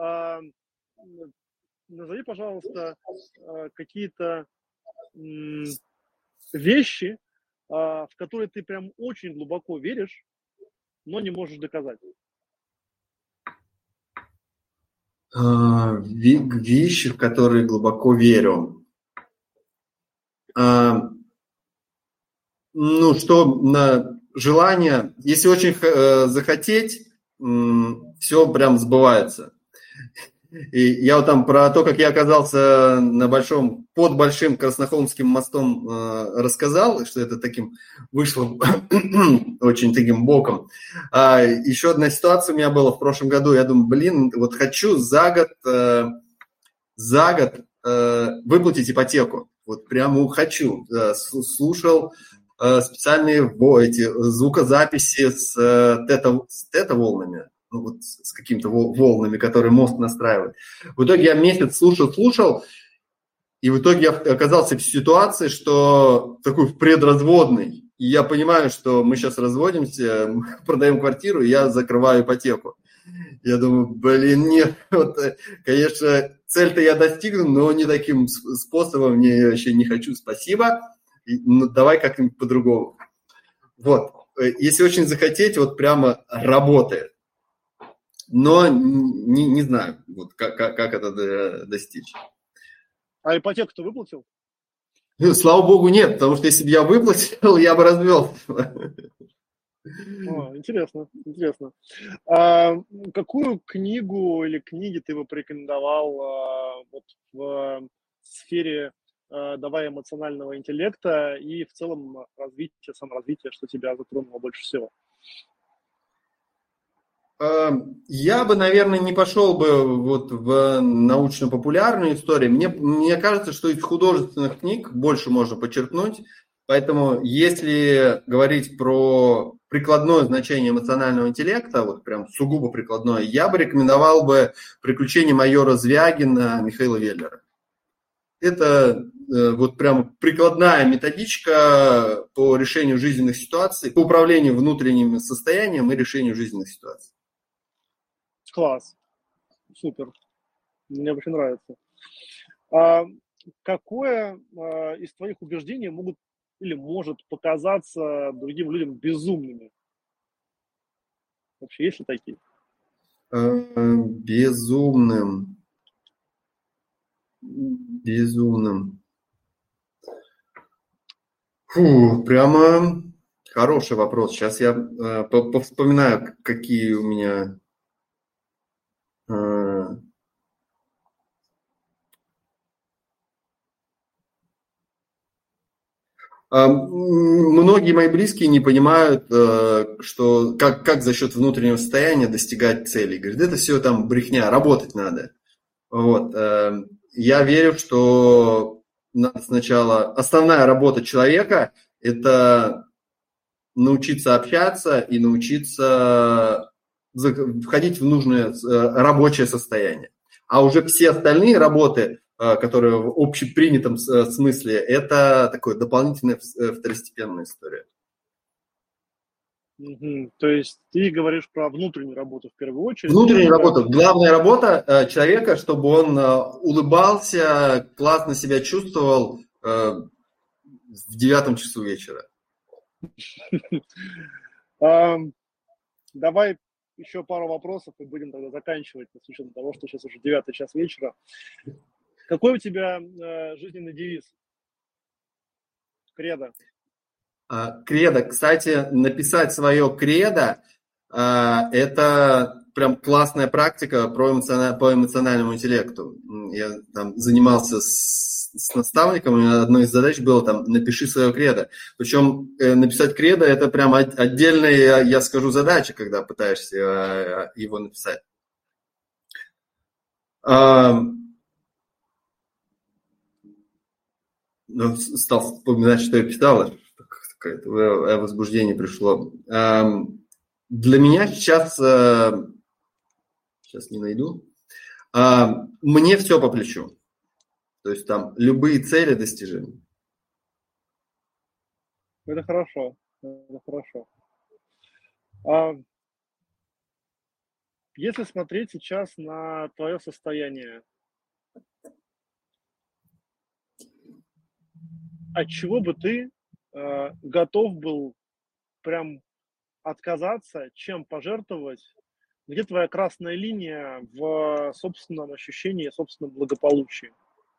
Назови, пожалуйста, какие-то вещи, в которые ты прям очень глубоко веришь, но не можешь доказать. Вещи, в которые глубоко верю. Ну, что на желание, если очень захотеть, все прям сбывается. И я вот там про то, как я оказался на большом, под большим Краснохолмским мостом э, рассказал, что это таким вышло очень таким боком. А еще одна ситуация у меня была в прошлом году. Я думаю, блин, вот хочу за год, э, за год э, выплатить ипотеку. Вот прямо хочу. Э, слушал э, специальные во, эти звукозаписи с э, тета, с тета-волнами. Ну, вот с какими-то волнами, которые мозг настраивает. В итоге я месяц слушал, слушал, и в итоге я оказался в ситуации, что такой в предразводной. И я понимаю, что мы сейчас разводимся, продаем квартиру, и я закрываю ипотеку. Я думаю, блин, нет, вот, конечно, цель-то я достигну, но не таким способом, мне вообще не хочу, спасибо. Ну, давай как-нибудь по-другому. Вот, если очень захотеть, вот прямо работает. Но не, не знаю, вот как, как, как это достичь. А ипотеку ты выплатил? Ну, слава богу, нет, потому что если бы я выплатил, я бы развел. О, интересно, интересно. А какую книгу или книги ты бы порекомендовал а, вот в сфере а, давай эмоционального интеллекта и в целом развития, саморазвития, что тебя затронуло больше всего? Я бы, наверное, не пошел бы вот в научно-популярную историю. Мне, мне кажется, что из художественных книг больше можно почерпнуть. Поэтому, если говорить про прикладное значение эмоционального интеллекта, вот прям сугубо прикладное, я бы рекомендовал бы «Приключения майора Звягина» Михаила Веллера. Это э, вот прям прикладная методичка по решению жизненных ситуаций, по управлению внутренним состоянием и решению жизненных ситуаций. Класс. Супер. Мне очень нравится. А какое а, из твоих убеждений могут или может показаться другим людям безумными? Вообще есть ли такие? Безумным. Безумным. Фу, прямо хороший вопрос. Сейчас я э, повспоминаю, какие у меня... Э, Многие мои близкие не понимают, что как, как за счет внутреннего состояния достигать целей. Говорят, это все там брехня, работать надо. Вот. Я верю, что надо сначала... Основная работа человека – это научиться общаться и научиться входить в нужное рабочее состояние. А уже все остальные работы, которые в общепринятом смысле, это такое дополнительная второстепенная история. Угу. То есть ты говоришь про внутреннюю работу в первую очередь. Внутренняя работа. Главная работа человека, чтобы он улыбался, классно себя чувствовал в девятом часу вечера. Давай еще пару вопросов и будем тогда заканчивать, с учетом того, что сейчас уже девятый час вечера. Какой у тебя жизненный девиз? Кредо? Кредо. Кстати, написать свое кредо – это прям классная практика про эмоциональ... по эмоциональному интеллекту. Я там занимался с, с наставником, у меня одной из задач было там «напиши свое кредо». Причем э, написать кредо – это прям отдельная, я скажу, задача, когда пытаешься э, его написать. А, ну, стал вспоминать, что я писал, какое-то возбуждение пришло. А, для меня сейчас, сейчас не найду, а, мне все по плечу. То есть там любые цели достижимы. Это хорошо, это хорошо. А если смотреть сейчас на твое состояние, от чего бы ты э, готов был прям отказаться, чем пожертвовать? Где твоя красная линия в собственном ощущении, собственном благополучии?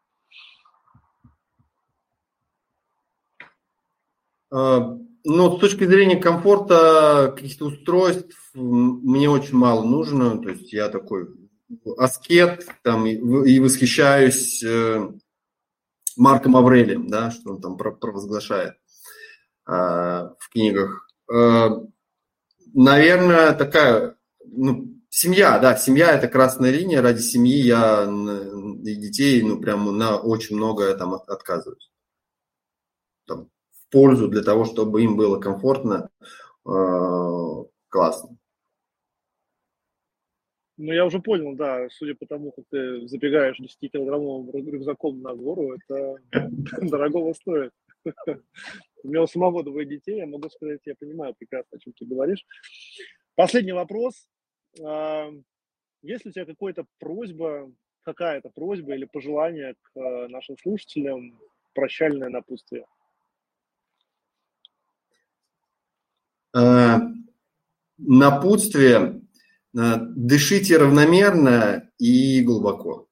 Ну, с точки зрения комфорта каких-то устройств мне очень мало нужно. То есть я такой аскет там, и восхищаюсь Марком Аврелием, да, что он там провозглашает в книгах. Наверное, такая, ну, семья, да, семья – это красная линия. Ради семьи я и детей, ну, прям на очень многое там отказываюсь. Там, в пользу для того, чтобы им было комфортно, классно. Ну, я уже понял, да, судя по тому, как ты забегаешь десятикилограммовым рюкзаком на гору, это дорогого стоит. У меня у самого двое детей, я могу сказать, я понимаю прекрасно, о чем ты говоришь. Последний вопрос. Есть ли у тебя какая-то просьба, какая-то просьба или пожелание к нашим слушателям, прощальное напутствие? Напутствие. Дышите равномерно и глубоко.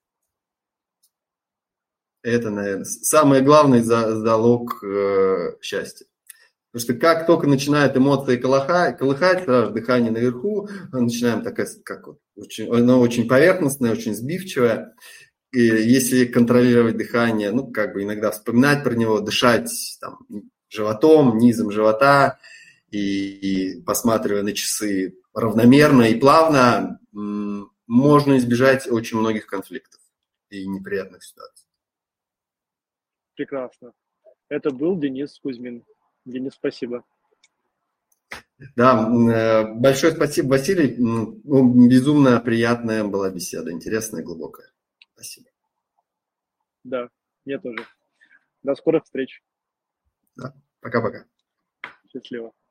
Это, наверное, самый главный залог счастья. Потому что как только начинают эмоции колыхать, колыхать сразу дыхание наверху, начинаем такая, как вот, очень, оно очень поверхностное, очень сбивчивое. И если контролировать дыхание, ну, как бы иногда вспоминать про него, дышать там, животом, низом живота и, и посматривая на часы равномерно и плавно, м- можно избежать очень многих конфликтов и неприятных ситуаций. Прекрасно. Это был Денис Кузьмин. Денис, спасибо. Да, большое спасибо, Василий. Ну, безумно приятная была беседа, интересная, глубокая. Спасибо. Да, мне тоже. До скорых встреч. Да, пока-пока. Счастливо.